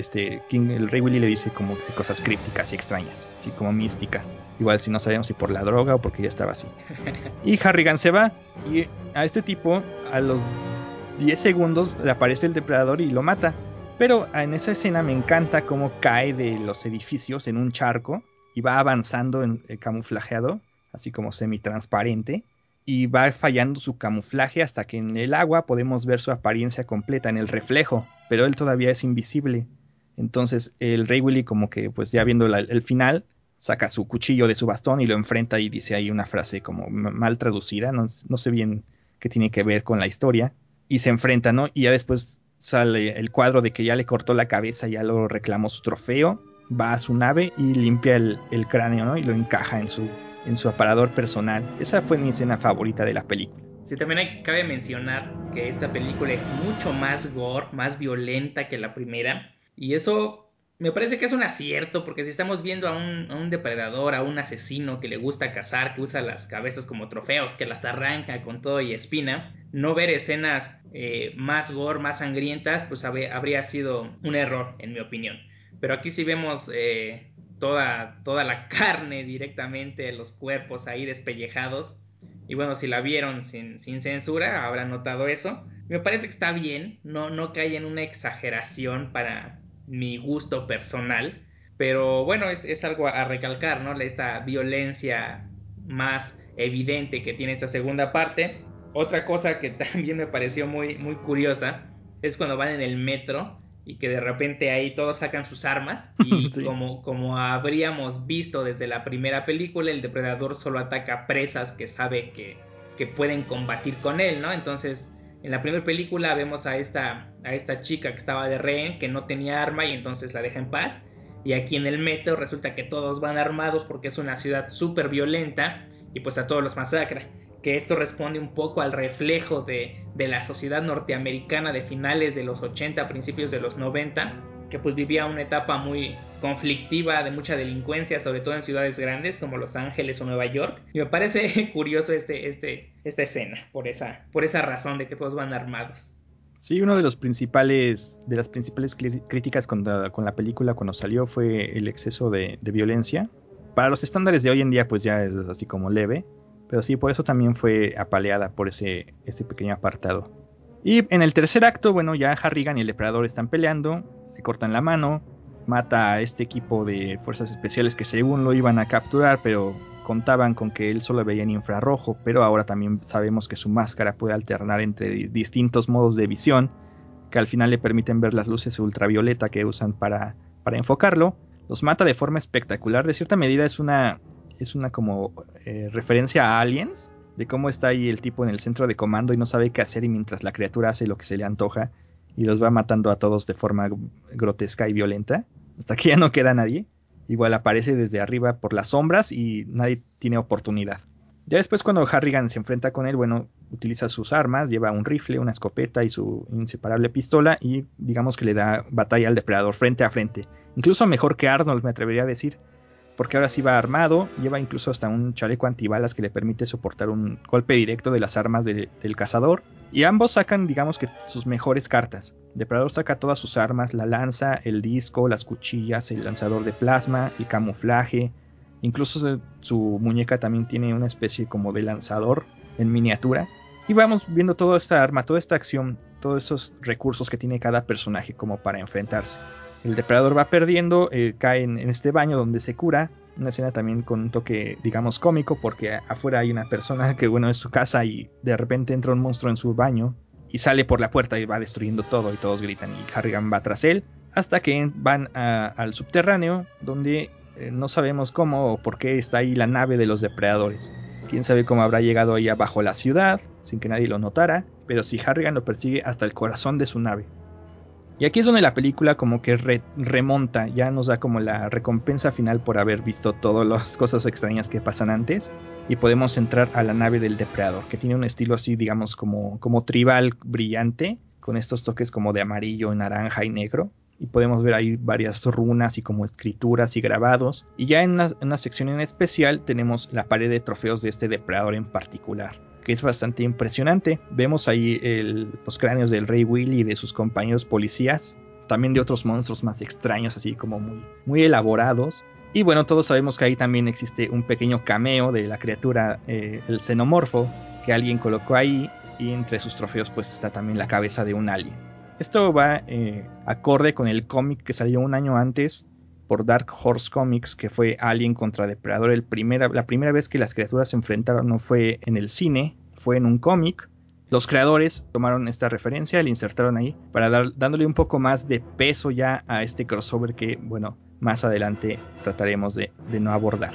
Rey Willy le dice como cosas crípticas y extrañas, así como místicas. Igual si no sabemos si por la droga o porque ya estaba así. Y Harrigan se va y a este tipo a los 10 segundos le aparece el depredador y lo mata. Pero en esa escena me encanta cómo cae de los edificios en un charco y va avanzando camuflajeado, así como semitransparente, y va fallando su camuflaje hasta que en el agua podemos ver su apariencia completa en el reflejo, pero él todavía es invisible. Entonces el Rey Willy, como que pues ya viendo el final, saca su cuchillo de su bastón y lo enfrenta y dice ahí una frase como mal traducida, no sé bien qué tiene que ver con la historia, y se enfrenta, ¿no? Y ya después sale el cuadro de que ya le cortó la cabeza, ya lo reclamó su trofeo, va a su nave y limpia el cráneo, ¿no? Y lo encaja en su aparador personal. Esa fue mi escena favorita de la película. Sí, también cabe mencionar que esta película es mucho más gore, más violenta que la primera. Y eso me parece que es un acierto, porque si estamos viendo a un depredador, a un asesino que le gusta cazar, que usa las cabezas como trofeos, que las arranca con todo y espina, no ver escenas más gore, más sangrientas, pues habría sido un error, en mi opinión. Pero aquí sí vemos toda la carne directamente, los cuerpos ahí despellejados. Y bueno, si la vieron sin censura, habrán notado eso. Me parece que está bien, no cae en una exageración para mi gusto personal. Pero bueno, es algo a recalcar, ¿no? Esta violencia más evidente que tiene esta segunda parte. Otra cosa que también me pareció muy, muy curiosa es cuando van en el metro y que de repente ahí todos sacan sus armas y Sí. como habríamos visto desde la primera película, el depredador solo ataca presas que sabe que pueden combatir con él, ¿no? Entonces, en la primera película vemos a esta chica que estaba de rehén, que no tenía arma y entonces la deja en paz. Y aquí en el metro resulta que todos van armados porque es una ciudad súper violenta y pues a todos los masacra. Que esto responde un poco al reflejo de la sociedad norteamericana de finales de los 80, principios de los 90, que pues vivía una etapa muy conflictiva de mucha delincuencia, sobre todo en ciudades grandes como Los Ángeles o Nueva York. Y me parece curioso esta escena, por esa razón de que todos van armados. Sí, uno de las principales críticas con la película cuando salió fue el exceso de violencia. Para los estándares de hoy en día pues ya es así como leve, pero sí, por eso también fue apaleada por ese pequeño apartado. Y en el tercer acto, bueno, ya Harrigan y el depredador están peleando, le cortan la mano, mata a este equipo de fuerzas especiales que según lo iban a capturar, pero contaban con que él solo veía en infrarrojo, pero ahora también sabemos que su máscara puede alternar entre distintos modos de visión, que al final le permiten ver las luces ultravioleta que usan para enfocarlo. Los mata de forma espectacular, de cierta medida es una como referencia a Aliens, de cómo está ahí el tipo en el centro de comando y no sabe qué hacer y mientras la criatura hace lo que se le antoja y los va matando a todos de forma grotesca y violenta, hasta que ya no queda nadie. Igual aparece desde arriba por las sombras y nadie tiene oportunidad. Ya después cuando Harrigan se enfrenta con él, bueno, utiliza sus armas, lleva un rifle, una escopeta y su inseparable pistola y digamos que le da batalla al depredador frente a frente. Incluso mejor que Arnold, me atrevería a decir, porque ahora sí va armado, lleva incluso hasta un chaleco antibalas que le permite soportar un golpe directo de las armas del cazador. Y ambos sacan, digamos que sus mejores cartas. Depredador saca todas sus armas, la lanza, el disco, las cuchillas, el lanzador de plasma, el camuflaje. Incluso su muñeca también tiene una especie como de lanzador en miniatura. Y vamos viendo toda esta arma, toda esta acción, todos esos recursos que tiene cada personaje como para enfrentarse. El depredador va perdiendo, cae en este baño donde se cura. Una escena también con un toque, digamos, cómico, porque afuera hay una persona que, bueno, es su casa y de repente entra un monstruo en su baño y sale por la puerta y va destruyendo todo y todos gritan y Harrigan va tras él hasta que van al subterráneo donde no sabemos cómo o por qué está ahí la nave de los depredadores. Quién sabe cómo habrá llegado ahí abajo la ciudad sin que nadie lo notara, pero sí Harrigan lo persigue hasta el corazón de su nave. Y aquí es donde la película como que remonta, ya nos da como la recompensa final por haber visto todas las cosas extrañas que pasan antes. Y podemos entrar a la nave del depredador, que tiene un estilo así, digamos, como tribal brillante, con estos toques como de amarillo, naranja y negro. Y podemos ver ahí varias runas y como escrituras y grabados. Y ya en una sección en especial tenemos la pared de trofeos de este depredador en particular, que es bastante impresionante. Vemos ahí los cráneos del Rey Willy y de sus compañeros policías, también de otros monstruos más extraños, así como muy elaborados. Y bueno, todos sabemos que ahí también existe un pequeño cameo de la criatura, el xenomorfo, que alguien colocó ahí, y entre sus trofeos pues está también la cabeza de un alien. Esto va acorde con el cómic que salió un año antes por Dark Horse Comics, que fue Alien contra Depredador. La primera vez que las criaturas se enfrentaron no fue en el cine, fue en un cómic. Los creadores tomaron esta referencia, la insertaron ahí para dándole un poco más de peso ya a este crossover que, bueno, más adelante trataremos de no abordar.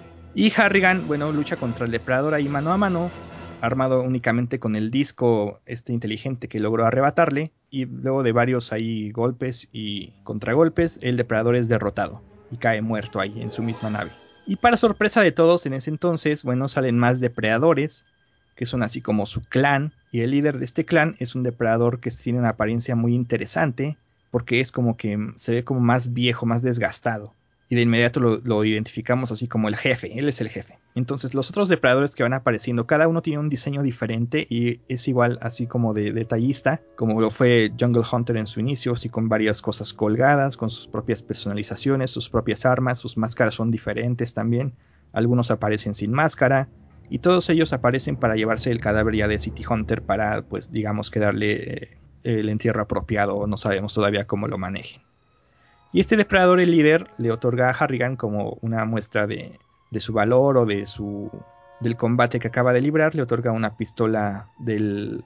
Y Harrigan, bueno, lucha contra el depredador ahí mano a mano, armado únicamente con el disco inteligente que logró arrebatarle, y luego de varios ahí golpes y contragolpes, el depredador es derrotado y cae muerto ahí en su misma nave. Y para sorpresa de todos en ese entonces, bueno, salen más depredadores, que son así como su clan, y el líder de este clan es un depredador que tiene una apariencia muy interesante, porque es como que se ve como más viejo, más desgastado. Y de inmediato lo identificamos así como el jefe, él es el jefe. Entonces los otros depredadores que van apareciendo, cada uno tiene un diseño diferente y es igual así como de detallista, como lo fue Jungle Hunter en su inicio, así con varias cosas colgadas, con sus propias personalizaciones, sus propias armas, sus máscaras son diferentes también, algunos aparecen sin máscara, y todos ellos aparecen para llevarse el cadáver ya de City Hunter para, pues digamos que darle el entierro apropiado, no sabemos todavía cómo lo manejen. Y este depredador, el líder, le otorga a Harrigan como una muestra de su valor o del combate que acaba de librar. Le otorga una pistola de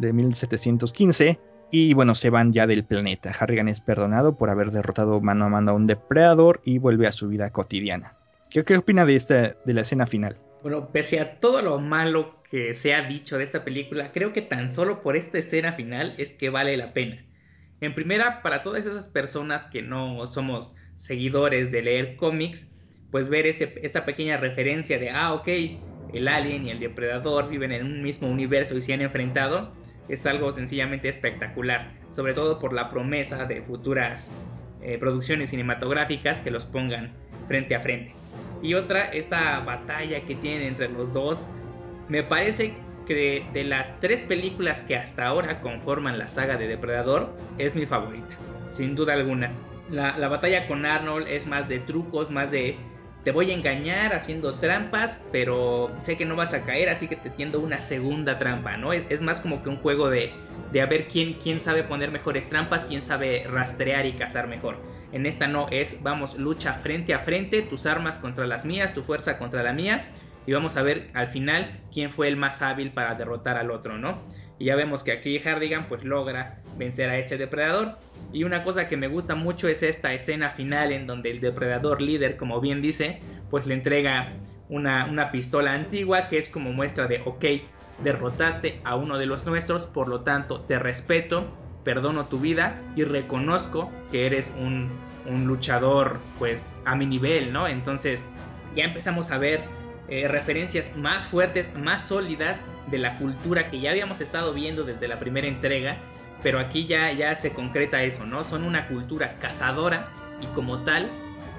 1715 y bueno, se van ya del planeta. Harrigan es perdonado por haber derrotado mano a mano a un depredador y vuelve a su vida cotidiana. ¿Qué opina de la escena final? Bueno, pese a todo lo malo que se ha dicho de esta película, creo que tan solo por esta escena final es que vale la pena. En primera, para todas esas personas que no somos seguidores de leer cómics, pues ver esta pequeña referencia de, ok, el alien y el depredador viven en un mismo universo y se han enfrentado, es algo sencillamente espectacular, sobre todo por la promesa de futuras producciones cinematográficas que los pongan frente a frente. Y otra, esta batalla que tienen entre los dos, me parece que de las 3 películas que hasta ahora conforman la saga de Depredador, es mi favorita, sin duda alguna. La batalla con Arnold es más de trucos, más de te voy a engañar haciendo trampas, pero sé que no vas a caer, así que te tiendo una segunda trampa, ¿no? Es más como que un juego de a ver quién sabe poner mejores trampas, quién sabe rastrear y cazar mejor. En esta no, vamos, lucha frente a frente, tus armas contra las mías, tu fuerza contra la mía, y vamos a ver al final quién fue el más hábil para derrotar al otro, ¿no? Y ya vemos que aquí Harrigan pues logra vencer a este depredador. Y una cosa que me gusta mucho es esta escena final en donde el depredador líder, como bien dice, pues le entrega una pistola antigua que es como muestra de, ok, derrotaste a uno de los nuestros, por lo tanto te respeto, perdono tu vida y reconozco que eres un luchador pues a mi nivel, ¿no? Entonces ya empezamos a ver referencias más fuertes, más sólidas de la cultura que ya habíamos estado viendo desde la primera entrega, pero aquí ya se concreta eso, ¿no? Son una cultura cazadora y como tal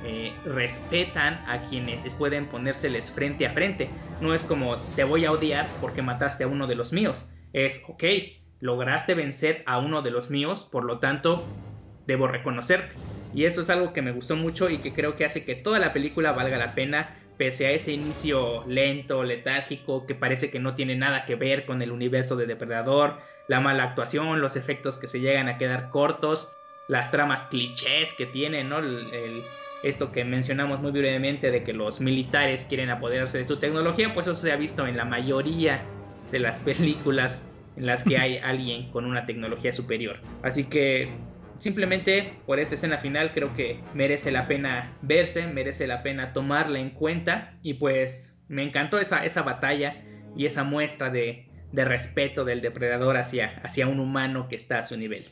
respetan a quienes pueden ponérseles frente a frente. No es como te voy a odiar porque mataste a uno de los míos. Es, ok, lograste vencer a uno de los míos, por lo tanto debo reconocerte. Y eso es algo que me gustó mucho y que creo que hace que toda la película valga la pena, pese a ese inicio lento, letárgico, que parece que no tiene nada que ver con el universo de Depredador, la mala actuación, los efectos que se llegan a quedar cortos, las tramas clichés que tienen, ¿no? Esto que mencionamos muy brevemente de que los militares quieren apoderarse de su tecnología, pues eso se ha visto en la mayoría de las películas en las que hay alguien con una tecnología superior. Así que simplemente por esta escena final creo que merece la pena verse, merece la pena tomarla en cuenta, y pues me encantó esa batalla y esa muestra de respeto del depredador hacia un humano que está a su nivel.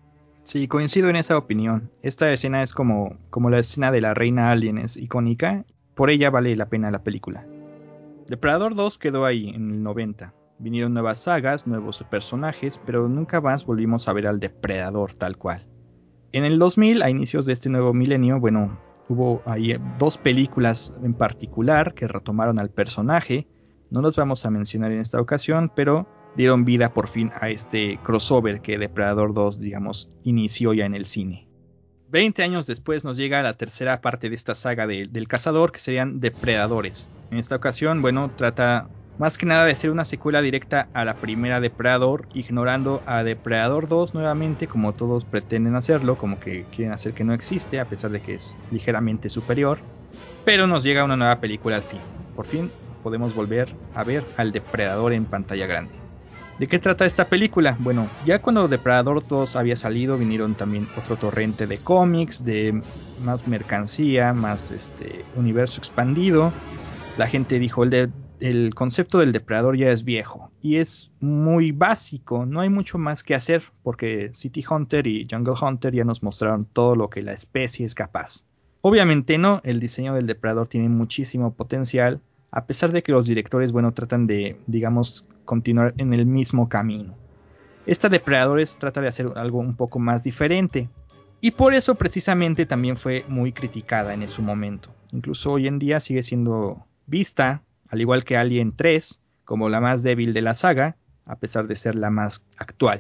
Sí, coincido en esa opinión. Esta escena es como la escena de la reina alien, es icónica. Por ella vale la pena la película. Depredador 2 quedó ahí en el 90. Vinieron nuevas sagas, nuevos personajes, pero nunca más volvimos a ver al depredador tal cual. En el 2000, a inicios de este nuevo milenio, bueno, hubo ahí 2 películas en particular que retomaron al personaje. No los vamos a mencionar en esta ocasión, pero dieron vida por fin a este crossover que Depredador 2, digamos, inició ya en el cine. 20 años después nos llega la tercera parte de esta saga del cazador, que serían Depredadores. En esta ocasión, bueno, trata más que nada de ser una secuela directa a la primera Depredador, ignorando a Depredador 2 nuevamente, como todos pretenden hacerlo, como que quieren hacer que no existe, a pesar de que es ligeramente superior. Pero nos llega una nueva película al fin. Por fin podemos volver a ver al Depredador en pantalla grande. ¿De qué trata esta película? Bueno, ya cuando Depredador 2 había salido, vinieron también otro torrente de cómics, de más mercancía, más universo expandido. La gente dijo, el concepto del depredador ya es viejo y es muy básico, no hay mucho más que hacer porque City Hunter y Jungle Hunter ya nos mostraron todo lo que la especie es capaz. Obviamente no, el diseño del depredador tiene muchísimo potencial, a pesar de que los directores, bueno, tratan de, digamos, continuar en el mismo camino. Esta Depredadores trata de hacer algo un poco más diferente, y por eso precisamente también fue muy criticada en su momento. Incluso hoy en día sigue siendo vista, al igual que Alien 3, como la más débil de la saga, a pesar de ser la más actual.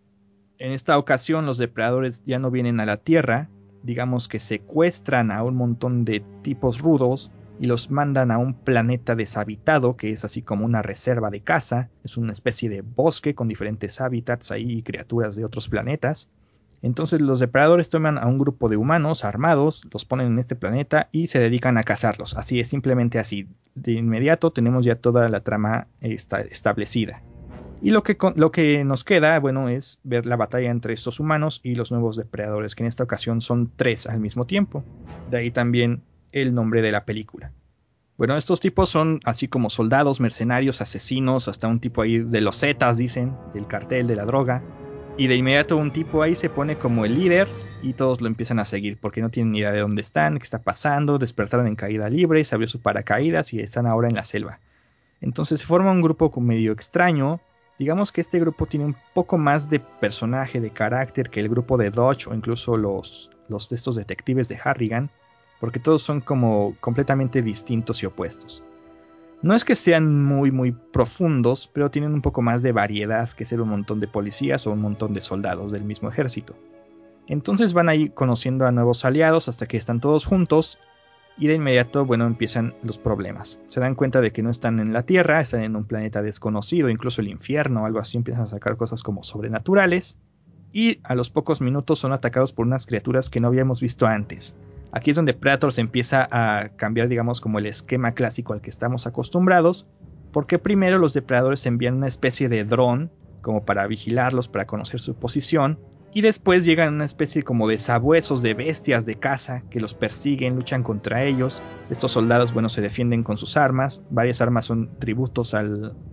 En esta ocasión los depredadores ya no vienen a la Tierra, digamos que secuestran a un montón de tipos rudos y los mandan a un planeta deshabitado, que es así como una reserva de caza, es una especie de bosque con diferentes hábitats ahí y criaturas de otros planetas. Entonces los depredadores toman a un grupo de humanos armados, los ponen en este planeta y se dedican a cazarlos. Así es, simplemente así. De inmediato tenemos ya toda la trama establecida. Y lo que nos queda, bueno, es ver la batalla entre estos humanos y los nuevos depredadores, que en esta ocasión son 3 al mismo tiempo. De ahí también el nombre de la película. Bueno, estos tipos son así como soldados, mercenarios, asesinos, hasta un tipo ahí de los Zetas, dicen, del cartel de la droga. Y de inmediato un tipo ahí se pone como el líder y todos lo empiezan a seguir porque no tienen ni idea de dónde están, qué está pasando, despertaron en caída libre, se abrió su paracaídas y están ahora en la selva. Entonces se forma un grupo medio extraño. Digamos que este grupo tiene un poco más de personaje, de carácter que el grupo de Dodge o incluso los de estos detectives de Harrigan, porque todos son como completamente distintos y opuestos. No es que sean muy profundos, pero tienen un poco más de variedad que ser un montón de policías o un montón de soldados del mismo ejército. Entonces van ahí conociendo a nuevos aliados hasta que están todos juntos y de inmediato, bueno, empiezan los problemas. Se dan cuenta de que no están en la Tierra, están en un planeta desconocido, incluso el infierno o algo así, empiezan a sacar cosas como sobrenaturales y a los pocos minutos son atacados por unas criaturas que no habíamos visto antes. Aquí es donde Predator se empieza a cambiar, digamos, como el esquema clásico al que estamos acostumbrados, porque primero los depredadores envían una especie de dron como para vigilarlos, para conocer su posición, y después llegan una especie como de sabuesos de bestias de caza que los persiguen, luchan contra ellos. Estos soldados, bueno, se defienden con sus armas. Varias armas son tributos a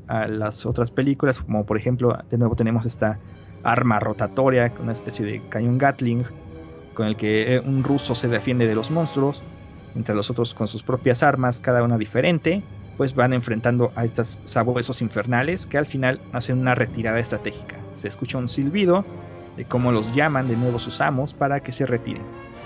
las otras películas, como por ejemplo, de nuevo tenemos esta arma rotatoria, una especie de cañón Gatling, con el que un ruso se defiende de los monstruos, mientras los otros con sus propias armas, cada una diferente, pues van enfrentando a estos sabuesos infernales que al final hacen una retirada estratégica. Se escucha un silbido de cómo los llaman de nuevo sus amos para que se retiren.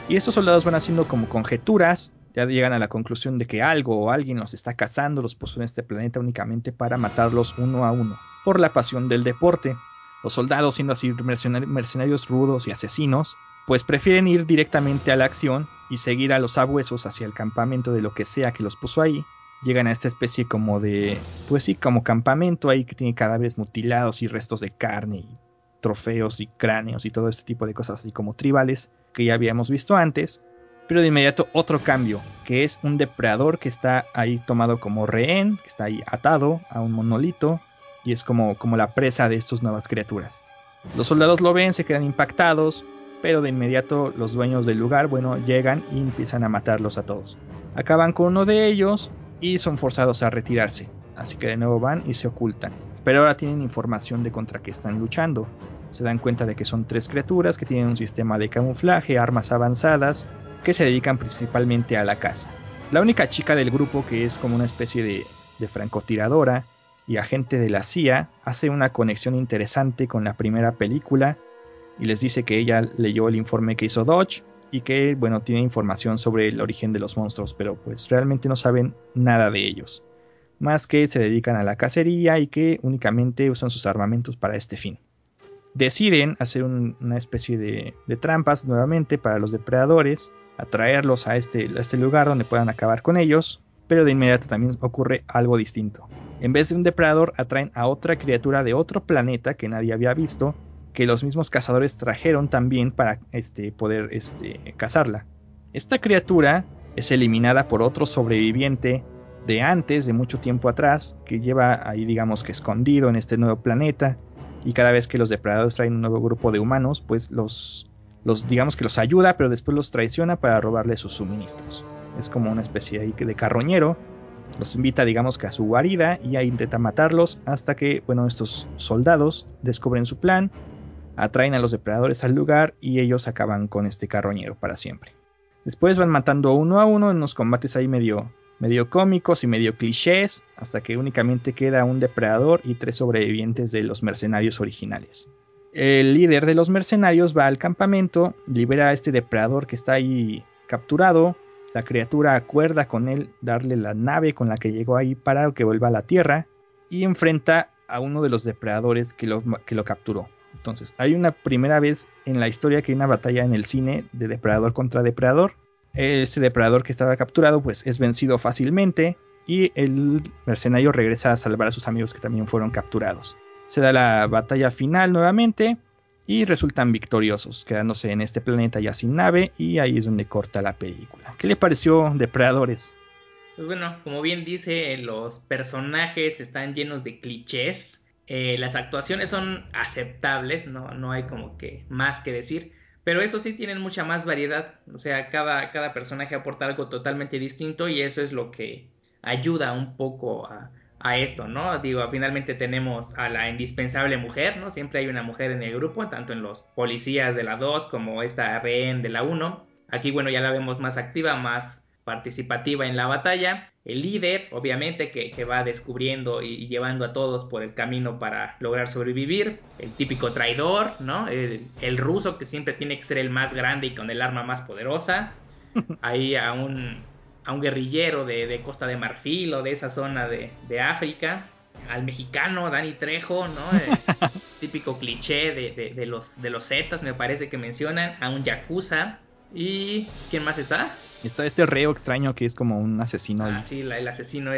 Y estos soldados van haciendo como conjeturas, ya llegan a la conclusión de que algo o alguien los está cazando, los puso en este planeta únicamente para matarlos uno a uno, por la pasión del deporte. Los soldados, siendo así mercenarios rudos y asesinos, pues prefieren ir directamente a la acción y seguir a los sabuesos hacia el campamento de lo que sea que los puso ahí. Llegan a esta especie como de, pues sí, como campamento ahí que tiene cadáveres mutilados y restos de carne y trofeos y cráneos y todo este tipo de cosas así como tribales que ya habíamos visto antes. Pero de inmediato otro cambio, que es un depredador que está ahí tomado como rehén, que está ahí atado a un monolito y es como la presa de estas nuevas criaturas. Los soldados lo ven, se quedan impactados, pero de inmediato los dueños del lugar, bueno, llegan y empiezan a matarlos a todos. Acaban con uno de ellos y son forzados a retirarse, así que de nuevo van y se ocultan. Pero ahora tienen información de contra qué están luchando. Se dan cuenta de que son 3 criaturas que tienen un sistema de camuflaje, armas avanzadas, que se dedican principalmente a la caza. La única chica del grupo, que es como una especie de francotiradora y agente de la CIA, hace una conexión interesante con la primera película y les dice que ella leyó el informe que hizo Dodge y que, bueno, tiene información sobre el origen de los monstruos, pero pues realmente no saben nada de ellos, más que se dedican a la cacería y que únicamente usan sus armamentos para este fin. Deciden hacer una especie de trampas nuevamente para los depredadores, atraerlos a este lugar donde puedan acabar con ellos, pero de inmediato también ocurre algo distinto. En vez de un depredador, atraen a otra criatura de otro planeta que nadie había visto, que los mismos cazadores trajeron también para poder cazarla. Esta criatura es eliminada por otro sobreviviente de antes, de mucho tiempo atrás, que lleva ahí, digamos que escondido en este nuevo planeta, y cada vez que los depredadores traen un nuevo grupo de humanos, pues los digamos que los ayuda, pero después los traiciona para robarle sus suministros. Es como una especie ahí de carroñero. Los invita, digamos que a su guarida, y ahí intenta matarlos hasta que, bueno, estos soldados descubren su plan, atraen a los depredadores al lugar y ellos acaban con este carroñero para siempre. Después van matando uno a uno en unos combates ahí medio cómicos y medio clichés, hasta que únicamente queda un depredador y 3 sobrevivientes de los mercenarios originales. El líder de los mercenarios va al campamento, libera a este depredador que está ahí capturado. La criatura acuerda con él darle la nave con la que llegó ahí para que vuelva a la Tierra y enfrenta a uno de los depredadores que lo capturó. Entonces, hay una primera vez en la historia que hay una batalla en el cine de depredador contra depredador. Este depredador que estaba capturado pues es vencido fácilmente y el mercenario regresa a salvar a sus amigos que también fueron capturados. Se da la batalla final nuevamente y resultan victoriosos, quedándose en este planeta ya sin nave, y ahí es donde corta la película. ¿Qué le pareció Depredadores? Pues bueno, como bien dice, los personajes están llenos de clichés. Las actuaciones son aceptables, no hay como que más que decir. Pero eso sí, tienen mucha más variedad. O sea, cada personaje aporta algo totalmente distinto y eso es lo que ayuda un poco a esto, ¿no? Digo, finalmente tenemos a la indispensable mujer, ¿no? Siempre hay una mujer en el grupo, tanto en los policías de la 2 como esta rehén de la 1. Aquí, bueno, ya la vemos más activa, más participativa en la batalla. El líder, obviamente, que va descubriendo y llevando a todos por el camino para lograr sobrevivir. El típico traidor, ¿no? El ruso que siempre tiene que ser el más grande y con el arma más poderosa. Ahí a un guerrillero de Costa de Marfil o de esa zona de África. Al mexicano Dani Trejo, ¿no? Típico cliché de los Zetas, me parece que mencionan. A un yakuza. ¿Y quién más está? Está este reo extraño que es como un asesino. Ah, sí, el asesino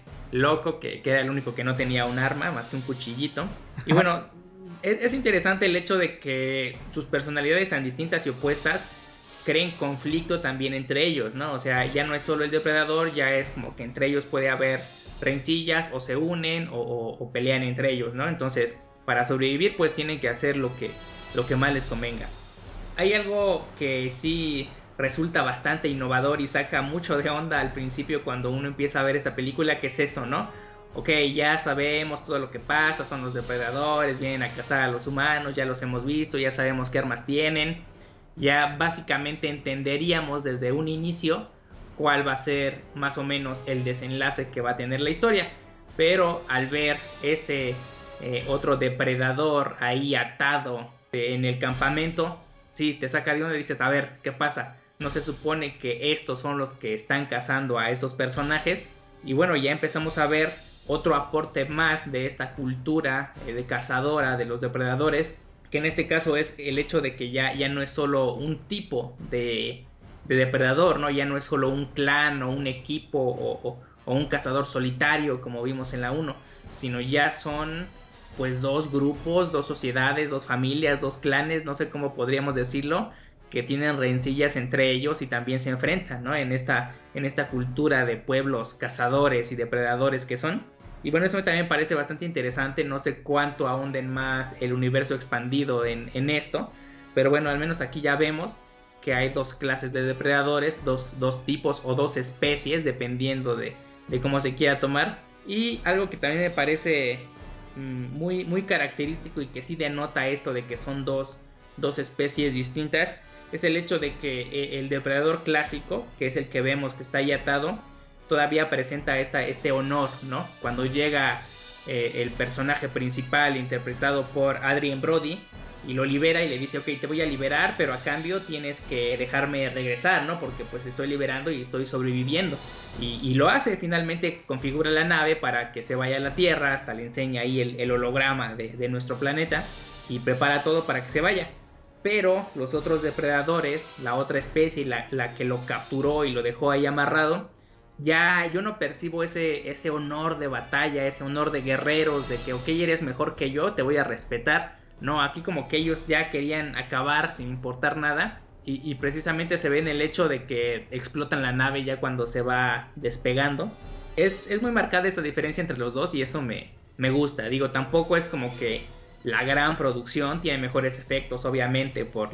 loco que era el único que no tenía un arma más que un cuchillito. Y bueno, es interesante el hecho de que sus personalidades tan distintas y opuestas creen conflicto también entre ellos, ¿no? O sea, ya no es solo el depredador, ya es como que entre ellos puede haber rencillas o se unen o pelean entre ellos, ¿no? Entonces, para sobrevivir pues tienen que hacer lo que más les convenga. Hay algo que sí resulta bastante innovador y saca mucho de onda al principio cuando uno empieza a ver esa película, que es eso, ¿no? Ok, ya sabemos todo lo que pasa, son los depredadores, vienen a cazar a los humanos, ya los hemos visto, ya sabemos qué armas tienen, ya básicamente entenderíamos desde un inicio cuál va a ser más o menos el desenlace que va a tener la historia. Pero al ver otro depredador ahí atado en el campamento, sí, te saca de onda y dices, a ver, ¿qué pasa? no se supone que estos son los que están cazando a estos personajes. Y bueno, ya empezamos a ver otro aporte más de esta cultura de cazadora de los depredadores, que en este caso es el hecho de que ya no es solo un tipo de depredador, ¿no? Ya no es solo un clan o un equipo o un cazador solitario como vimos en la 1, sino ya son pues dos grupos, dos sociedades, dos familias, dos clanes, no sé cómo podríamos decirlo, que tienen rencillas entre ellos y también se enfrentan, ¿no? En esta cultura de pueblos cazadores y depredadores que son. Y bueno, eso también me parece bastante interesante, no sé cuánto ahonden más el universo expandido en esto, pero bueno, al menos aquí ya vemos que hay dos clases de depredadores, dos tipos o dos especies, dependiendo de cómo se quiera tomar. Y algo que también me parece muy característico y que sí denota esto de que son dos especies distintas, es el hecho de que el depredador clásico, que es el que vemos que está ahí atado, todavía presenta este honor, ¿no? Cuando llega el personaje principal interpretado por Adrien Brody y lo libera y le dice, ok, te voy a liberar, pero a cambio tienes que dejarme regresar, ¿no? Porque pues estoy liberando y estoy sobreviviendo. Y lo hace, finalmente configura la nave para que se vaya a la Tierra, hasta le enseña ahí el holograma de nuestro planeta y prepara todo para que se vaya. Pero los otros depredadores, la otra especie, la que lo capturó y lo dejó ahí amarrado, ya yo no percibo ese honor de batalla, ese honor de guerreros, de que ok, eres mejor que yo, te voy a respetar. No, aquí como que ellos ya querían acabar sin importar nada. Y precisamente se ve en el hecho de que explotan la nave ya cuando se va despegando. Es muy marcada esta diferencia entre los dos y eso me gusta. Digo, tampoco es como que la gran producción, tiene mejores efectos obviamente por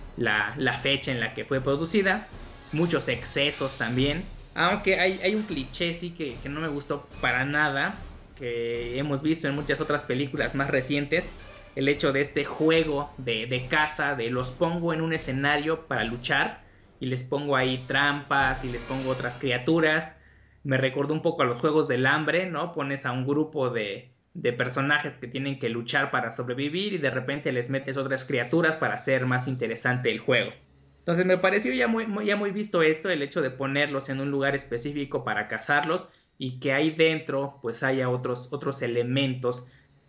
la fecha en la que fue producida. Muchos excesos también. Aunque hay un cliché sí que no me gustó para nada, que hemos visto en muchas otras películas más recientes. El hecho de este juego de caza, de los pongo en un escenario para luchar y les pongo ahí trampas y les pongo otras criaturas. Me recordó un poco a los Juegos del Hambre, ¿no? Pones a un grupo de personajes que tienen que luchar para sobrevivir y de repente les metes otras criaturas para hacer más interesante el juego. Entonces me pareció ya muy visto esto, el hecho de ponerlos en un lugar específico para cazarlos y que ahí dentro pues haya otros elementos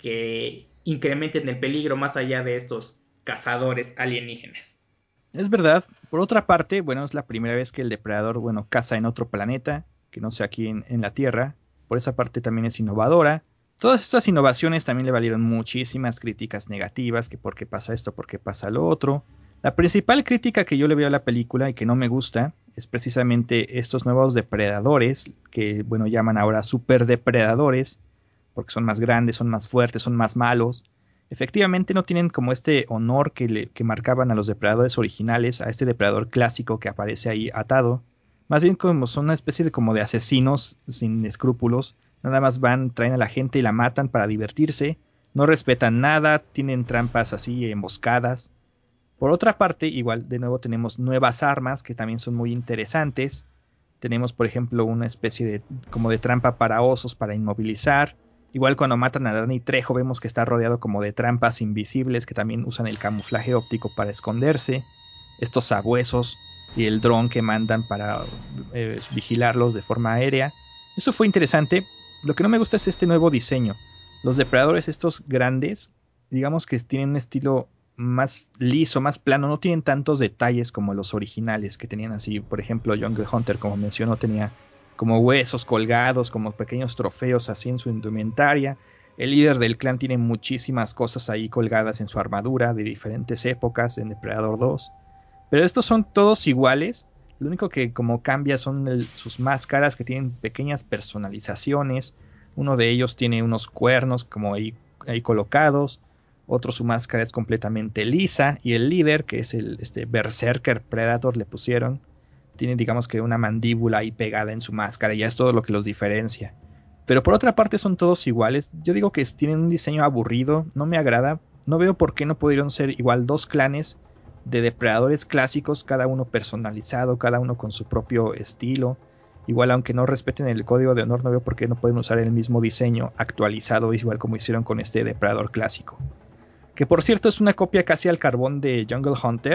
que incrementen el peligro más allá de estos cazadores alienígenas. Es verdad. Por otra parte, bueno, es la primera vez que el depredador, bueno, caza en otro planeta, que no sea aquí en la Tierra. Por esa parte también es innovadora. Todas estas innovaciones también le valieron muchísimas críticas negativas, que por qué pasa esto, por qué pasa lo otro. La principal crítica que yo le veo a la película y que no me gusta es precisamente estos nuevos depredadores, que bueno, llaman ahora superdepredadores, porque son más grandes, son más fuertes, son más malos. Efectivamente no tienen como este honor que marcaban a los depredadores originales, a este depredador clásico que aparece ahí atado. Más bien como son una especie de como de asesinos sin escrúpulos. Nada más van, traen a la gente y la matan para divertirse. No respetan nada, tienen trampas así emboscadas. Por otra parte, igual de nuevo tenemos nuevas armas que también son muy interesantes. Tenemos, por ejemplo, una especie de como de trampa para osos para inmovilizar. Igual cuando matan a Danny Trejo vemos que está rodeado como de trampas invisibles que también usan el camuflaje óptico para esconderse. Estos sabuesos y el dron que mandan para vigilarlos de forma aérea. Eso fue interesante. Lo que no me gusta es este nuevo diseño. Los depredadores estos grandes, digamos que tienen un estilo más liso, más plano, no tienen tantos detalles como los originales que tenían así. Por ejemplo, Jungle Hunter, como mencionó, tenía como huesos colgados, como pequeños trofeos así en su indumentaria. El líder del clan tiene muchísimas cosas ahí colgadas en su armadura de diferentes épocas en Depredador 2. Pero estos son todos iguales. Lo único que como cambia son sus máscaras que tienen pequeñas personalizaciones. Uno de ellos tiene unos cuernos como ahí colocados. Otro su máscara es completamente lisa. Y el líder, que es este Berserker Predator, le pusieron, tiene digamos que una mandíbula ahí pegada en su máscara. Y ya es todo lo que los diferencia. Pero por otra parte son todos iguales. Yo digo que tienen un diseño aburrido. No me agrada. No veo por qué no pudieron ser igual dos clanes de depredadores clásicos, cada uno personalizado, cada uno con su propio estilo. Igual aunque no respeten el código de honor, no veo por qué no pueden usar el mismo diseño actualizado, igual como hicieron con este depredador clásico. Que por cierto es una copia casi al carbón de Jungle Hunter,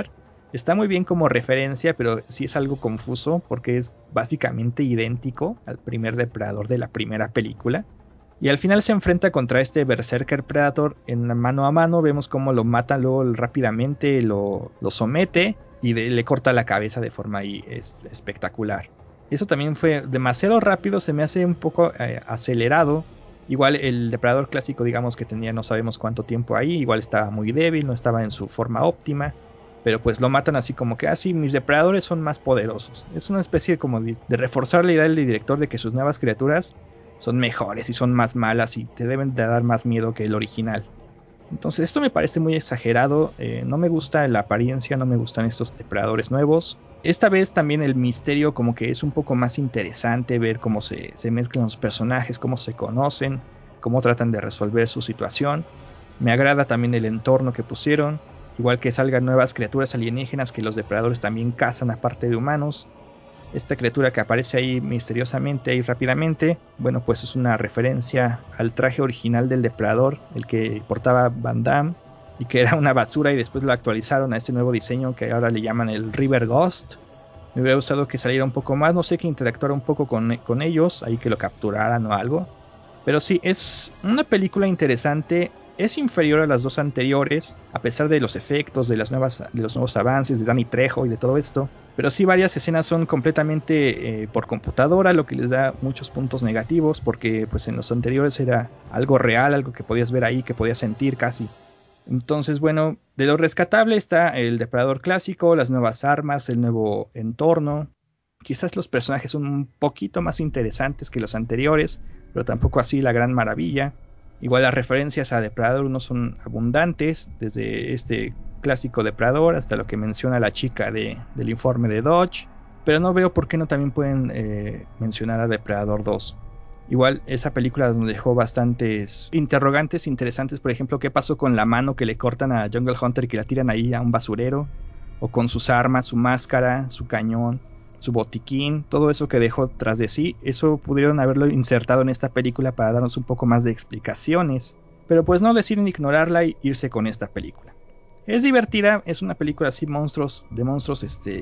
Está muy bien como referencia, pero sí es algo confuso porque es básicamente idéntico al primer depredador de la primera película. Y al final se enfrenta contra este Berserker Predator en mano a mano. Vemos cómo lo mata luego rápidamente, lo somete y le corta la cabeza de forma ahí espectacular. Eso también fue demasiado rápido, se me hace un poco acelerado. Igual el depredador clásico, digamos que tenía no sabemos cuánto tiempo ahí, igual estaba muy débil, no estaba en su forma óptima. Pero pues lo matan así como que, sí, mis depredadores son más poderosos. Es una especie como de reforzar la idea del director de que sus nuevas criaturas son mejores y son más malas y te deben de dar más miedo que el original. Entonces esto me parece muy exagerado, no me gusta la apariencia, no me gustan estos depredadores nuevos. Esta vez también el misterio como que es un poco más interesante ver cómo se mezclan los personajes, cómo se conocen, cómo tratan de resolver su situación. Me agrada también el entorno que pusieron, igual que salgan nuevas criaturas alienígenas que los depredadores también cazan aparte de humanos. Esta criatura que aparece ahí misteriosamente y rápidamente, bueno, pues es una referencia al traje original del depredador, el que portaba Van Damme, y que era una basura y después lo actualizaron a este nuevo diseño que ahora le llaman el River Ghost. Me hubiera gustado que saliera un poco más, no sé, que interactuara un poco con ellos, ahí que lo capturaran o algo. Pero sí, es una película interesante. Es inferior a las dos anteriores, a pesar de los efectos, de los nuevos avances de Danny Trejo y de todo esto. Pero sí, varias escenas son completamente por computadora, lo que les da muchos puntos negativos, porque pues en los anteriores era algo real, algo que podías ver ahí, que podías sentir casi. Entonces, bueno, de lo rescatable está el depredador clásico, las nuevas armas, el nuevo entorno. Quizás los personajes son un poquito más interesantes que los anteriores, pero tampoco así la gran maravilla. Igual las referencias a Depredador no son abundantes, desde este clásico Depredador hasta lo que menciona la chica del informe de Dodge, pero no veo por qué no también pueden mencionar a Depredador 2. Igual esa película nos dejó bastantes interrogantes interesantes, por ejemplo, qué pasó con la mano que le cortan a Jungle Hunter y que la tiran ahí a un basurero, o con sus armas, su máscara, su cañón, su botiquín, todo eso que dejó tras de sí, eso pudieron haberlo insertado en esta película para darnos un poco más de explicaciones, pero pues no, deciden ignorarla y irse con esta película. Es divertida, es una película así de monstruos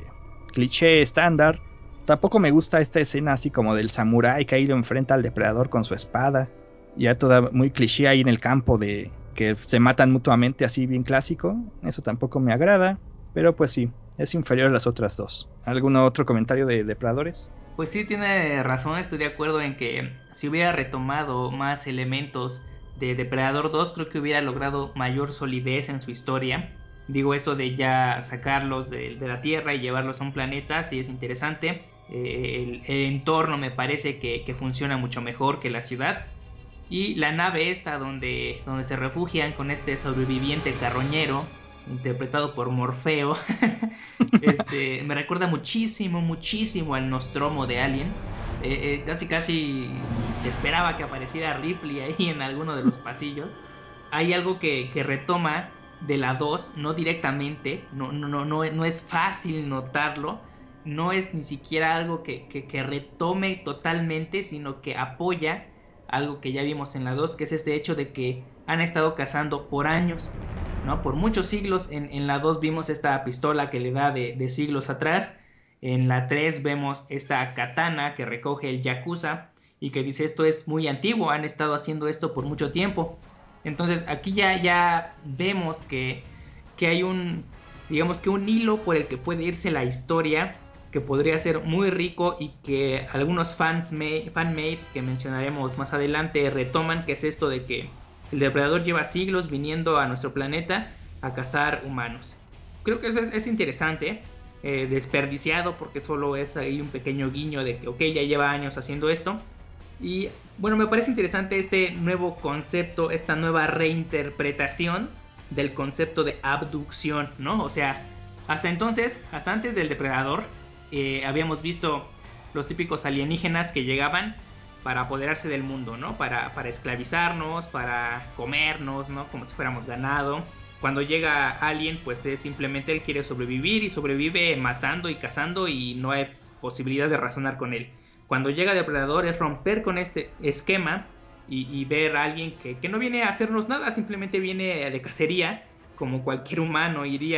cliché estándar. Tampoco me gusta esta escena así como del samurái que ahí lo enfrenta al depredador con su espada, ya toda muy cliché ahí en el campo de que se matan mutuamente así bien clásico, eso tampoco me agrada, pero pues sí, es inferior a las otras dos. ¿Algún otro comentario de depredadores? Pues sí, tiene razón, estoy de acuerdo en que si hubiera retomado más elementos de Depredador 2, creo que hubiera logrado mayor solidez en su historia. Digo, esto de ya sacarlos de la Tierra y llevarlos a un planeta, sí es interesante. El entorno me parece que funciona mucho mejor que la ciudad. Y la nave esta donde se refugian con este sobreviviente carroñero, interpretado por Morfeo, me recuerda muchísimo, muchísimo al Nostromo de Alien. Casi esperaba que apareciera Ripley ahí en alguno de los pasillos. Hay algo que retoma de la 2, no directamente, no es fácil notarlo, no es ni siquiera algo que retome totalmente, sino que apoya algo que ya vimos en la 2, que es este hecho de que han estado cazando por años, ¿no? Por muchos siglos. En la 2 vimos esta pistola que le da de siglos atrás. En la 3 vemos esta katana que recoge el Yakuza y que dice esto es muy antiguo, han estado haciendo esto por mucho tiempo. Entonces aquí ya vemos que hay digamos que un hilo por el que puede irse la historia, que podría ser muy rico y que algunos fanmates que mencionaremos más adelante retoman, que es esto de que el depredador lleva siglos viniendo a nuestro planeta a cazar humanos. Creo que eso es interesante, desperdiciado porque solo es ahí un pequeño guiño de que ok, ya lleva años haciendo esto. Y bueno, me parece interesante este nuevo concepto, esta nueva reinterpretación del concepto de abducción, ¿no? O sea, hasta entonces, hasta antes del depredador, habíamos visto los típicos alienígenas que llegaban para apoderarse del mundo, ¿no? Para esclavizarnos, para comernos, ¿no? Como si fuéramos ganado. Cuando llega Alien, pues es simplemente él quiere sobrevivir y sobrevive matando y cazando y no hay posibilidad de razonar con él. Cuando llega Depredador es romper con este esquema y ver a alguien que no viene a hacernos nada, simplemente viene de cacería, como cualquier humano iría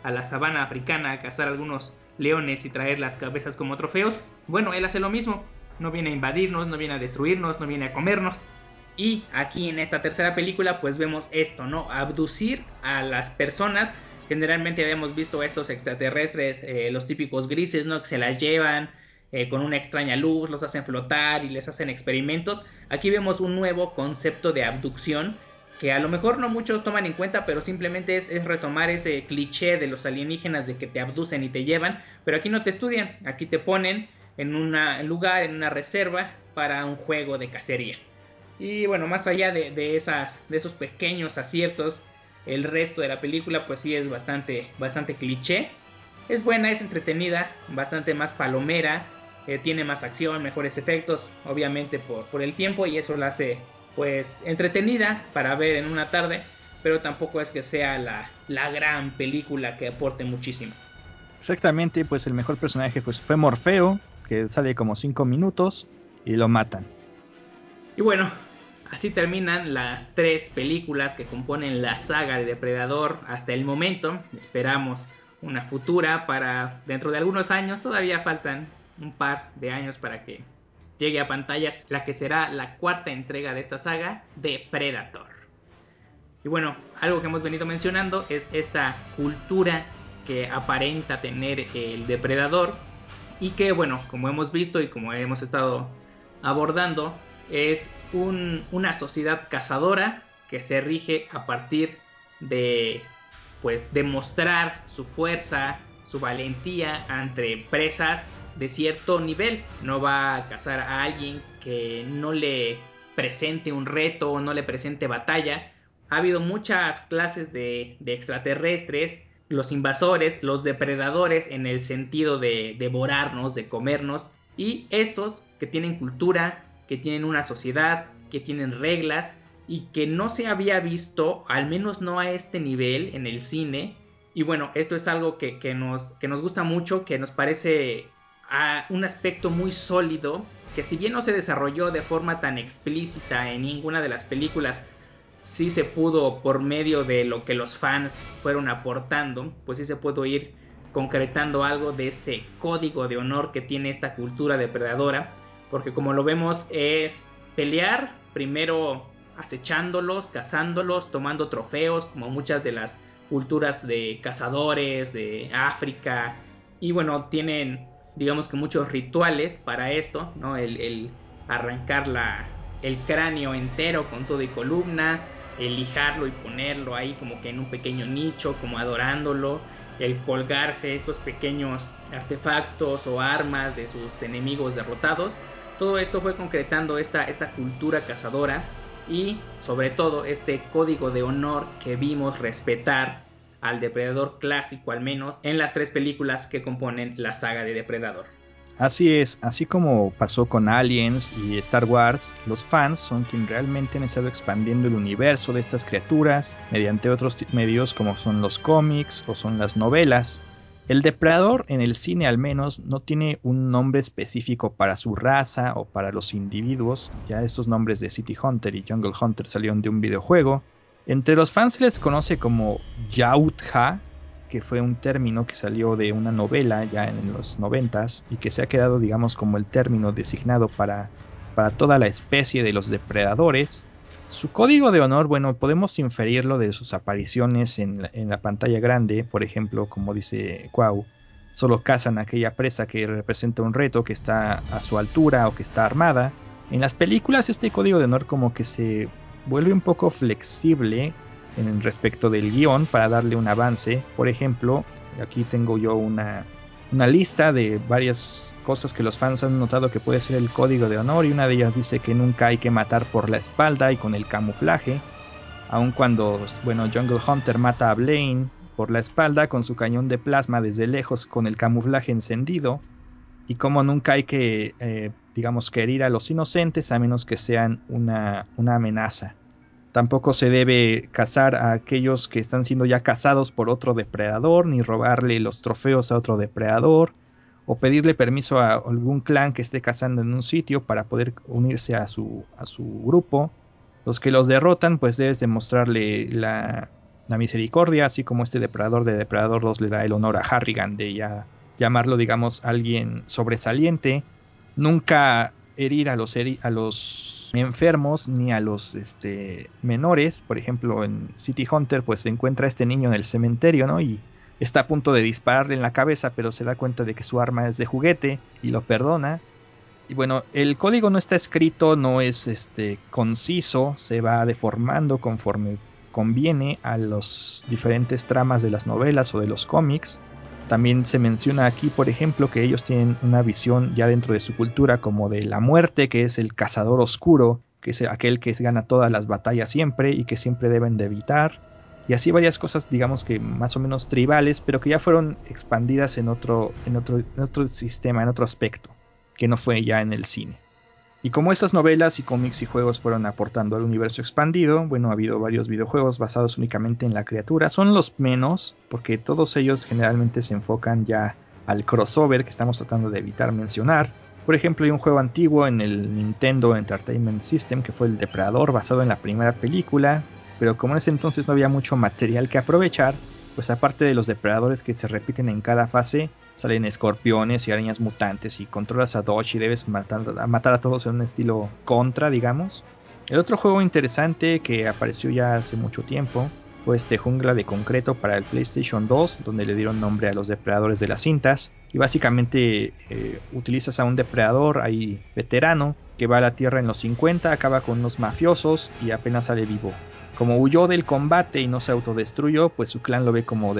a la sabana africana a cazar algunos leones y traer las cabezas como trofeos, bueno, él hace lo mismo. No viene a invadirnos, no viene a destruirnos, no viene a comernos. Y aquí en esta tercera película pues vemos esto, ¿no? Abducir a las personas. Generalmente habíamos visto estos extraterrestres, los típicos grises, ¿no? Que se las llevan con una extraña luz, los hacen flotar y les hacen experimentos. Aquí vemos un nuevo concepto de abducción que a lo mejor no muchos toman en cuenta, pero simplemente es retomar ese cliché de los alienígenas de que te abducen y te llevan, pero aquí no te estudian, aquí te ponen en un lugar, en una reserva para un juego de cacería. Y bueno, más allá de esos pequeños aciertos, el resto de la película pues sí es bastante cliché. Es buena, es entretenida, bastante más palomera, tiene más acción, mejores efectos, obviamente por el tiempo, y eso la hace pues entretenida para ver en una tarde, pero tampoco es que sea la gran película que aporte muchísimo. Exactamente, pues el mejor personaje pues fue Morfeo, que sale como 5 minutos y lo matan. Y bueno, así terminan las 3 películas que componen la saga de Depredador hasta el momento. Esperamos una futura para dentro de algunos años, todavía faltan un par de años para que llegue a pantallas la que será la cuarta entrega de esta saga, Depredator. Y bueno, algo que hemos venido mencionando es esta cultura que aparenta tener el depredador y que, bueno, como hemos visto y como hemos estado abordando, es una sociedad cazadora que se rige a partir de pues demostrar su fuerza, su valentía ante presas de cierto nivel. No va a cazar a alguien que no le presente un reto o no le presente batalla. Ha habido muchas clases de extraterrestres, los invasores, los depredadores en el sentido de devorarnos, de comernos, y estos que tienen cultura, que tienen una sociedad, que tienen reglas y que no se había visto, al menos no a este nivel en el cine. Y bueno, esto es algo que nos gusta mucho, que nos parece un aspecto muy sólido, que si bien no se desarrolló de forma tan explícita en ninguna de las películas, sí se pudo, por medio de lo que los fans fueron aportando, pues sí se pudo ir concretando algo de este código de honor que tiene esta cultura depredadora, porque como lo vemos es pelear, primero acechándolos, cazándolos, tomando trofeos, como muchas de las culturas de cazadores de África, y bueno, tienen digamos que muchos rituales para esto, ¿no? El arrancar el cráneo entero con todo y columna, el lijarlo y ponerlo ahí como que en un pequeño nicho, como adorándolo, el colgarse estos pequeños artefactos o armas de sus enemigos derrotados. Todo esto fue concretando esta cultura cazadora y sobre todo este código de honor que vimos respetar al depredador clásico, al menos en las 3 películas que componen la saga de Depredador. Así es, así como pasó con Aliens y Star Wars, los fans son quienes realmente han estado expandiendo el universo de estas criaturas mediante otros medios como son los cómics o son las novelas. El depredador en el cine al menos no tiene un nombre específico para su raza o para los individuos, ya estos nombres de City Hunter y Jungle Hunter salieron de un videojuego. Entre los fans se les conoce como Yautja, que fue un término que salió de una novela ya en los 90s y que se ha quedado, digamos, como el término designado para toda la especie de los depredadores. Su código de honor, bueno, podemos inferirlo de sus apariciones en la pantalla grande, por ejemplo, como dice Cuau, solo cazan a aquella presa que representa un reto, que está a su altura o que está armada. En las películas este código de honor como que se vuelve un poco flexible en respecto del guión para darle un avance. Por ejemplo, aquí tengo yo una lista de varias cosas que los fans han notado que puede ser el código de honor, y una de ellas dice que nunca hay que matar por la espalda y con el camuflaje, aun cuando, bueno, Jungle Hunter mata a Blaine por la espalda con su cañón de plasma desde lejos con el camuflaje encendido, y como nunca hay que, digamos, que herir a los inocentes a menos que sean una amenaza. Tampoco se debe cazar a aquellos que están siendo ya cazados por otro depredador, ni robarle los trofeos a otro depredador, o pedirle permiso a algún clan que esté cazando en un sitio para poder unirse a su grupo. Los que los derrotan, pues debes demostrarle la misericordia, así como este depredador de Depredador 2 le da el honor a Harrigan de ya llamarlo, digamos, alguien sobresaliente, nunca herir a los enfermos ni a los menores. Por ejemplo, en City Hunter pues se encuentra este niño en el cementerio, ¿no? Y está a punto de dispararle en la cabeza, pero se da cuenta de que su arma es de juguete y lo perdona. Y bueno, el código no está escrito, no es conciso, se va deformando conforme conviene a los diferentes tramas de las novelas o de los cómics. También se menciona aquí, por ejemplo, que ellos tienen una visión ya dentro de su cultura como de la muerte, que es el cazador oscuro, que es aquel que gana todas las batallas siempre y que siempre deben de evitar. Y así varias cosas, digamos que más o menos tribales, pero que ya fueron expandidas en otro sistema, en otro aspecto, que no fue ya en el cine. Y como estas novelas y cómics y juegos fueron aportando al universo expandido, bueno, ha habido varios videojuegos basados únicamente en la criatura. Son los menos, porque todos ellos generalmente se enfocan ya al crossover que estamos tratando de evitar mencionar. Por ejemplo, hay un juego antiguo en el Nintendo Entertainment System que fue el Depredador, basado en la primera película, pero como en ese entonces no había mucho material que aprovechar, pues aparte de los depredadores que se repiten en cada fase, salen escorpiones y arañas mutantes y controlas a Dodge y debes matar a todos en un estilo Contra, digamos. El otro juego interesante que apareció ya hace mucho tiempo fue Jungla de Concreto para el PlayStation 2, donde le dieron nombre a los depredadores de las cintas. Y básicamente utilizas a un depredador ahí veterano que va a la Tierra en los 50, acaba con unos mafiosos y apenas sale vivo. Como huyó del combate y no se autodestruyó, pues su clan lo ve como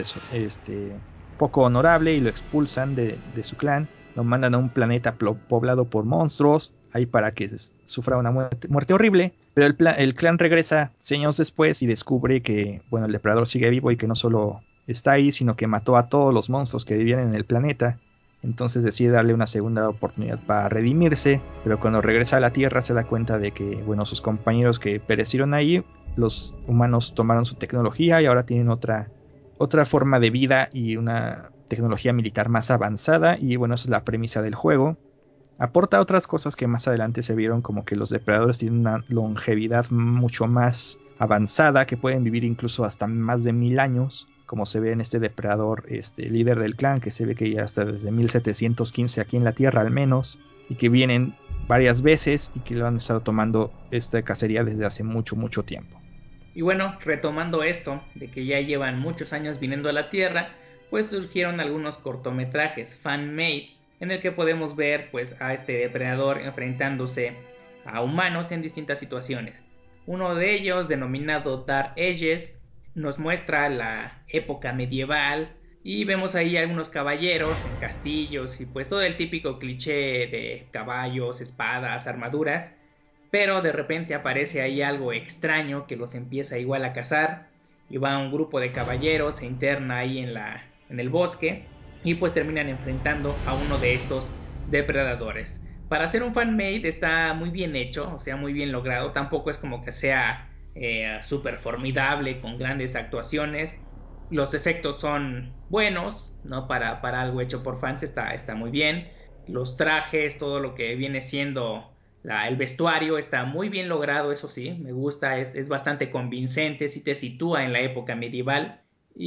poco honorable y lo expulsan de su clan. Lo mandan a un planeta poblado por monstruos, ahí para que sufra una muerte horrible. Pero el clan regresa 100 años después y descubre que, bueno, el depredador sigue vivo y que no solo está ahí, sino que mató a todos los monstruos que vivían en el planeta. Entonces decide darle una segunda oportunidad para redimirse, pero cuando regresa a la Tierra se da cuenta de que, bueno, sus compañeros que perecieron ahí, los humanos tomaron su tecnología y ahora tienen otra forma de vida y una tecnología militar más avanzada. Y bueno, esa es la premisa del juego. Aporta otras cosas que más adelante se vieron, como que los depredadores tienen una longevidad mucho más avanzada, que pueden vivir incluso hasta más de 1000 años, como se ve en este depredador líder del clan, que se ve que ya está desde 1715 aquí en la Tierra al menos, y que vienen varias veces y que lo han estado tomando esta cacería desde hace mucho tiempo. Y bueno, retomando esto de que ya llevan muchos años viniendo a la Tierra, pues surgieron algunos cortometrajes fan-made en el que podemos ver pues a este depredador enfrentándose a humanos en distintas situaciones. Uno de ellos, denominado Dark Ages, nos muestra la época medieval y vemos ahí algunos caballeros en castillos y pues todo el típico cliché de caballos, espadas, armaduras, pero de repente aparece ahí algo extraño que los empieza igual a cazar y va un grupo de caballeros, se interna ahí en el bosque y pues terminan enfrentando a uno de estos depredadores. Para hacer un fanmade está muy bien hecho, o sea, muy bien logrado, tampoco es como que sea súper formidable con grandes actuaciones. Los efectos son buenos, ¿no? Para algo hecho por fans está muy bien. Los trajes, todo lo que viene siendo el vestuario está muy bien logrado, eso sí, me gusta, es bastante convincente, sí te sitúa en la época medieval.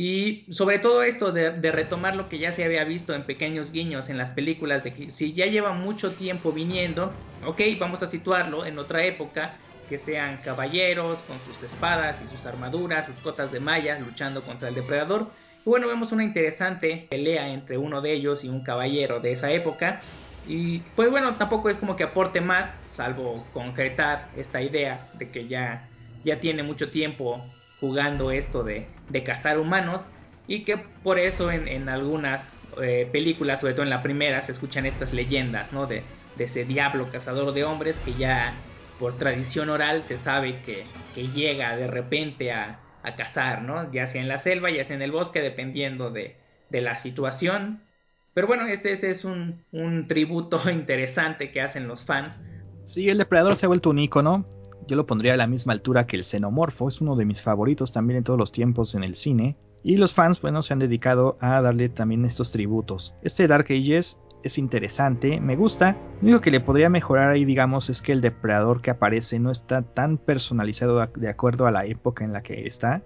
Y sobre todo esto de retomar lo que ya se había visto en pequeños guiños en las películas, de que si ya lleva mucho tiempo viniendo, ok, vamos a situarlo en otra época, que sean caballeros con sus espadas y sus armaduras, sus cotas de malla, luchando contra el depredador. Y bueno, vemos una interesante pelea entre uno de ellos y un caballero de esa época. Y pues bueno, tampoco es como que aporte más, salvo concretar esta idea de que ya tiene mucho tiempo jugando esto de cazar humanos y que por eso en algunas películas, sobre todo en la primera, se escuchan estas leyendas, ¿no? De ese diablo cazador de hombres que ya por tradición oral se sabe que llega de repente a cazar, ¿no? Ya sea en la selva, ya sea en el bosque, dependiendo de la situación. Pero bueno, este es un tributo interesante que hacen los fans. Sí, el depredador se ha vuelto un icono. Yo lo pondría a la misma altura que el xenomorfo. Es uno de mis favoritos también en todos los tiempos en el cine. Y los fans, bueno, se han dedicado a darle también estos tributos. Este Dark Ages es interesante, me gusta. Lo único que le podría mejorar ahí, digamos, es que el depredador que aparece no está tan personalizado de acuerdo a la época en la que está.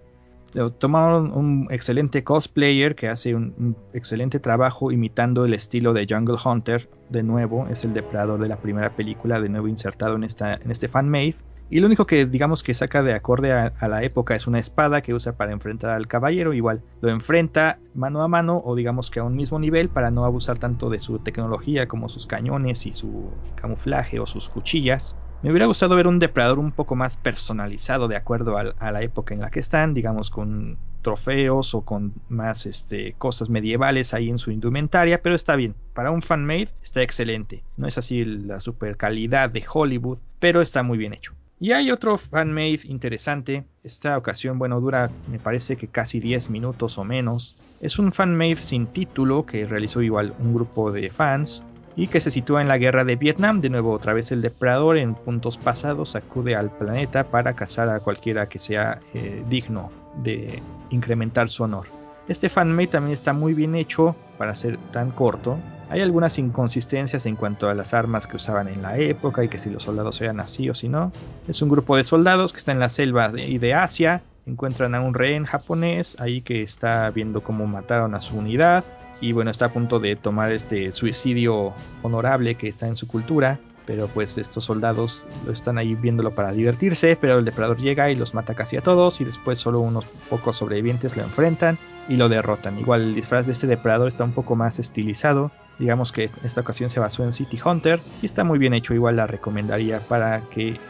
Tomaron un excelente cosplayer que hace un excelente trabajo imitando el estilo de Jungle Hunter. De nuevo, es el depredador de la primera película, de nuevo insertado en este fanmade. Y lo único que digamos que saca de acorde a la época es una espada que usa para enfrentar al caballero. Igual lo enfrenta mano a mano o digamos que a un mismo nivel para no abusar tanto de su tecnología como sus cañones y su camuflaje o sus cuchillas. Me hubiera gustado ver un depredador un poco más personalizado de acuerdo a la época en la que están, digamos con trofeos o con más cosas medievales ahí en su indumentaria, pero está bien. Para un fanmade está excelente. No es así la super calidad de Hollywood, pero está muy bien hecho. Y hay otro fanmade interesante. Esta ocasión, bueno, dura me parece que casi 10 minutos o menos. Es un fanmade sin título que realizó igual un grupo de fans y que se sitúa en la guerra de Vietnam. De nuevo, otra vez el depredador en puntos pasados acude al planeta para cazar a cualquiera que sea digno de incrementar su honor. Este fanmade también está muy bien hecho para ser tan corto. Hay algunas inconsistencias en cuanto a las armas que usaban en la época y que si los soldados eran así o si no. Es un grupo de soldados que está en la selva de Asia. Encuentran a un rehén japonés ahí que está viendo cómo mataron a su unidad. Y bueno, está a punto de tomar este suicidio honorable que está en su cultura. Pero pues estos soldados lo están ahí viéndolo para divertirse. Pero el depredador llega y los mata casi a todos. Y después solo unos pocos sobrevivientes lo enfrentan y lo derrotan. Igual el disfraz de este depredador está un poco más estilizado. Digamos que esta ocasión se basó en City Hunter. Y está muy bien hecho. Igual la recomendaría para quien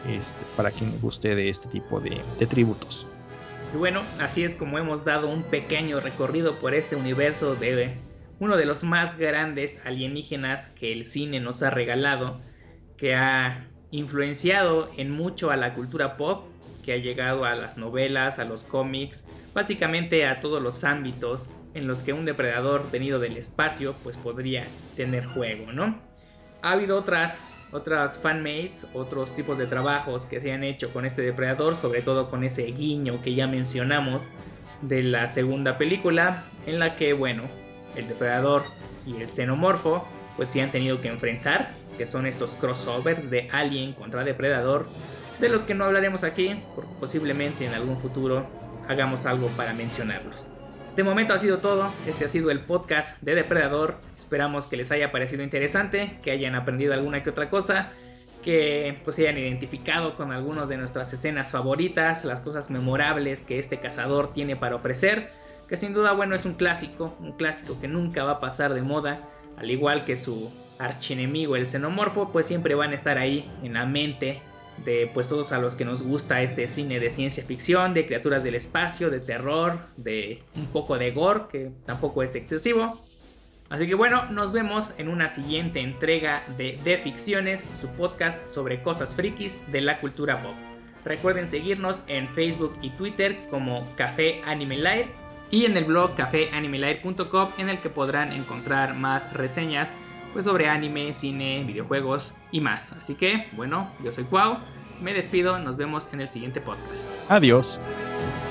guste de este tipo de tributos. Y bueno, así es como hemos dado un pequeño recorrido por este universo de uno de los más grandes alienígenas que el cine nos ha regalado, que ha influenciado en mucho a la cultura pop, que ha llegado a las novelas, a los cómics, básicamente a todos los ámbitos en los que un depredador venido del espacio pues podría tener juego, ¿no? Ha habido otras fanmates, otros tipos de trabajos que se han hecho con este depredador, sobre todo con ese guiño que ya mencionamos de la segunda película, en la que, bueno, el depredador y el xenomorfo pues sí han tenido que enfrentar, que son estos crossovers de Alien contra Depredador, de los que no hablaremos aquí, porque posiblemente en algún futuro hagamos algo para mencionarlos. De momento ha sido todo, este ha sido el podcast de Depredador, esperamos que les haya parecido interesante, que hayan aprendido alguna que otra cosa, que pues se hayan identificado con algunas de nuestras escenas favoritas, las cosas memorables que este cazador tiene para ofrecer, que sin duda bueno es un clásico que nunca va a pasar de moda, al igual que su archienemigo el xenomorfo, pues siempre van a estar ahí en la mente de pues todos a los que nos gusta este cine de ciencia ficción, de criaturas del espacio, de terror, de un poco de gore, que tampoco es excesivo. Así que bueno, nos vemos en una siguiente entrega de Ficciones, su podcast sobre cosas frikis de la cultura pop. Recuerden seguirnos en Facebook y Twitter como Café Anime Lair y en el blog cafeanimelair.com, en el que podrán encontrar más reseñas pues sobre anime, cine, videojuegos y más. Así que, bueno, yo soy Cuau, me despido, nos vemos en el siguiente podcast. Adiós.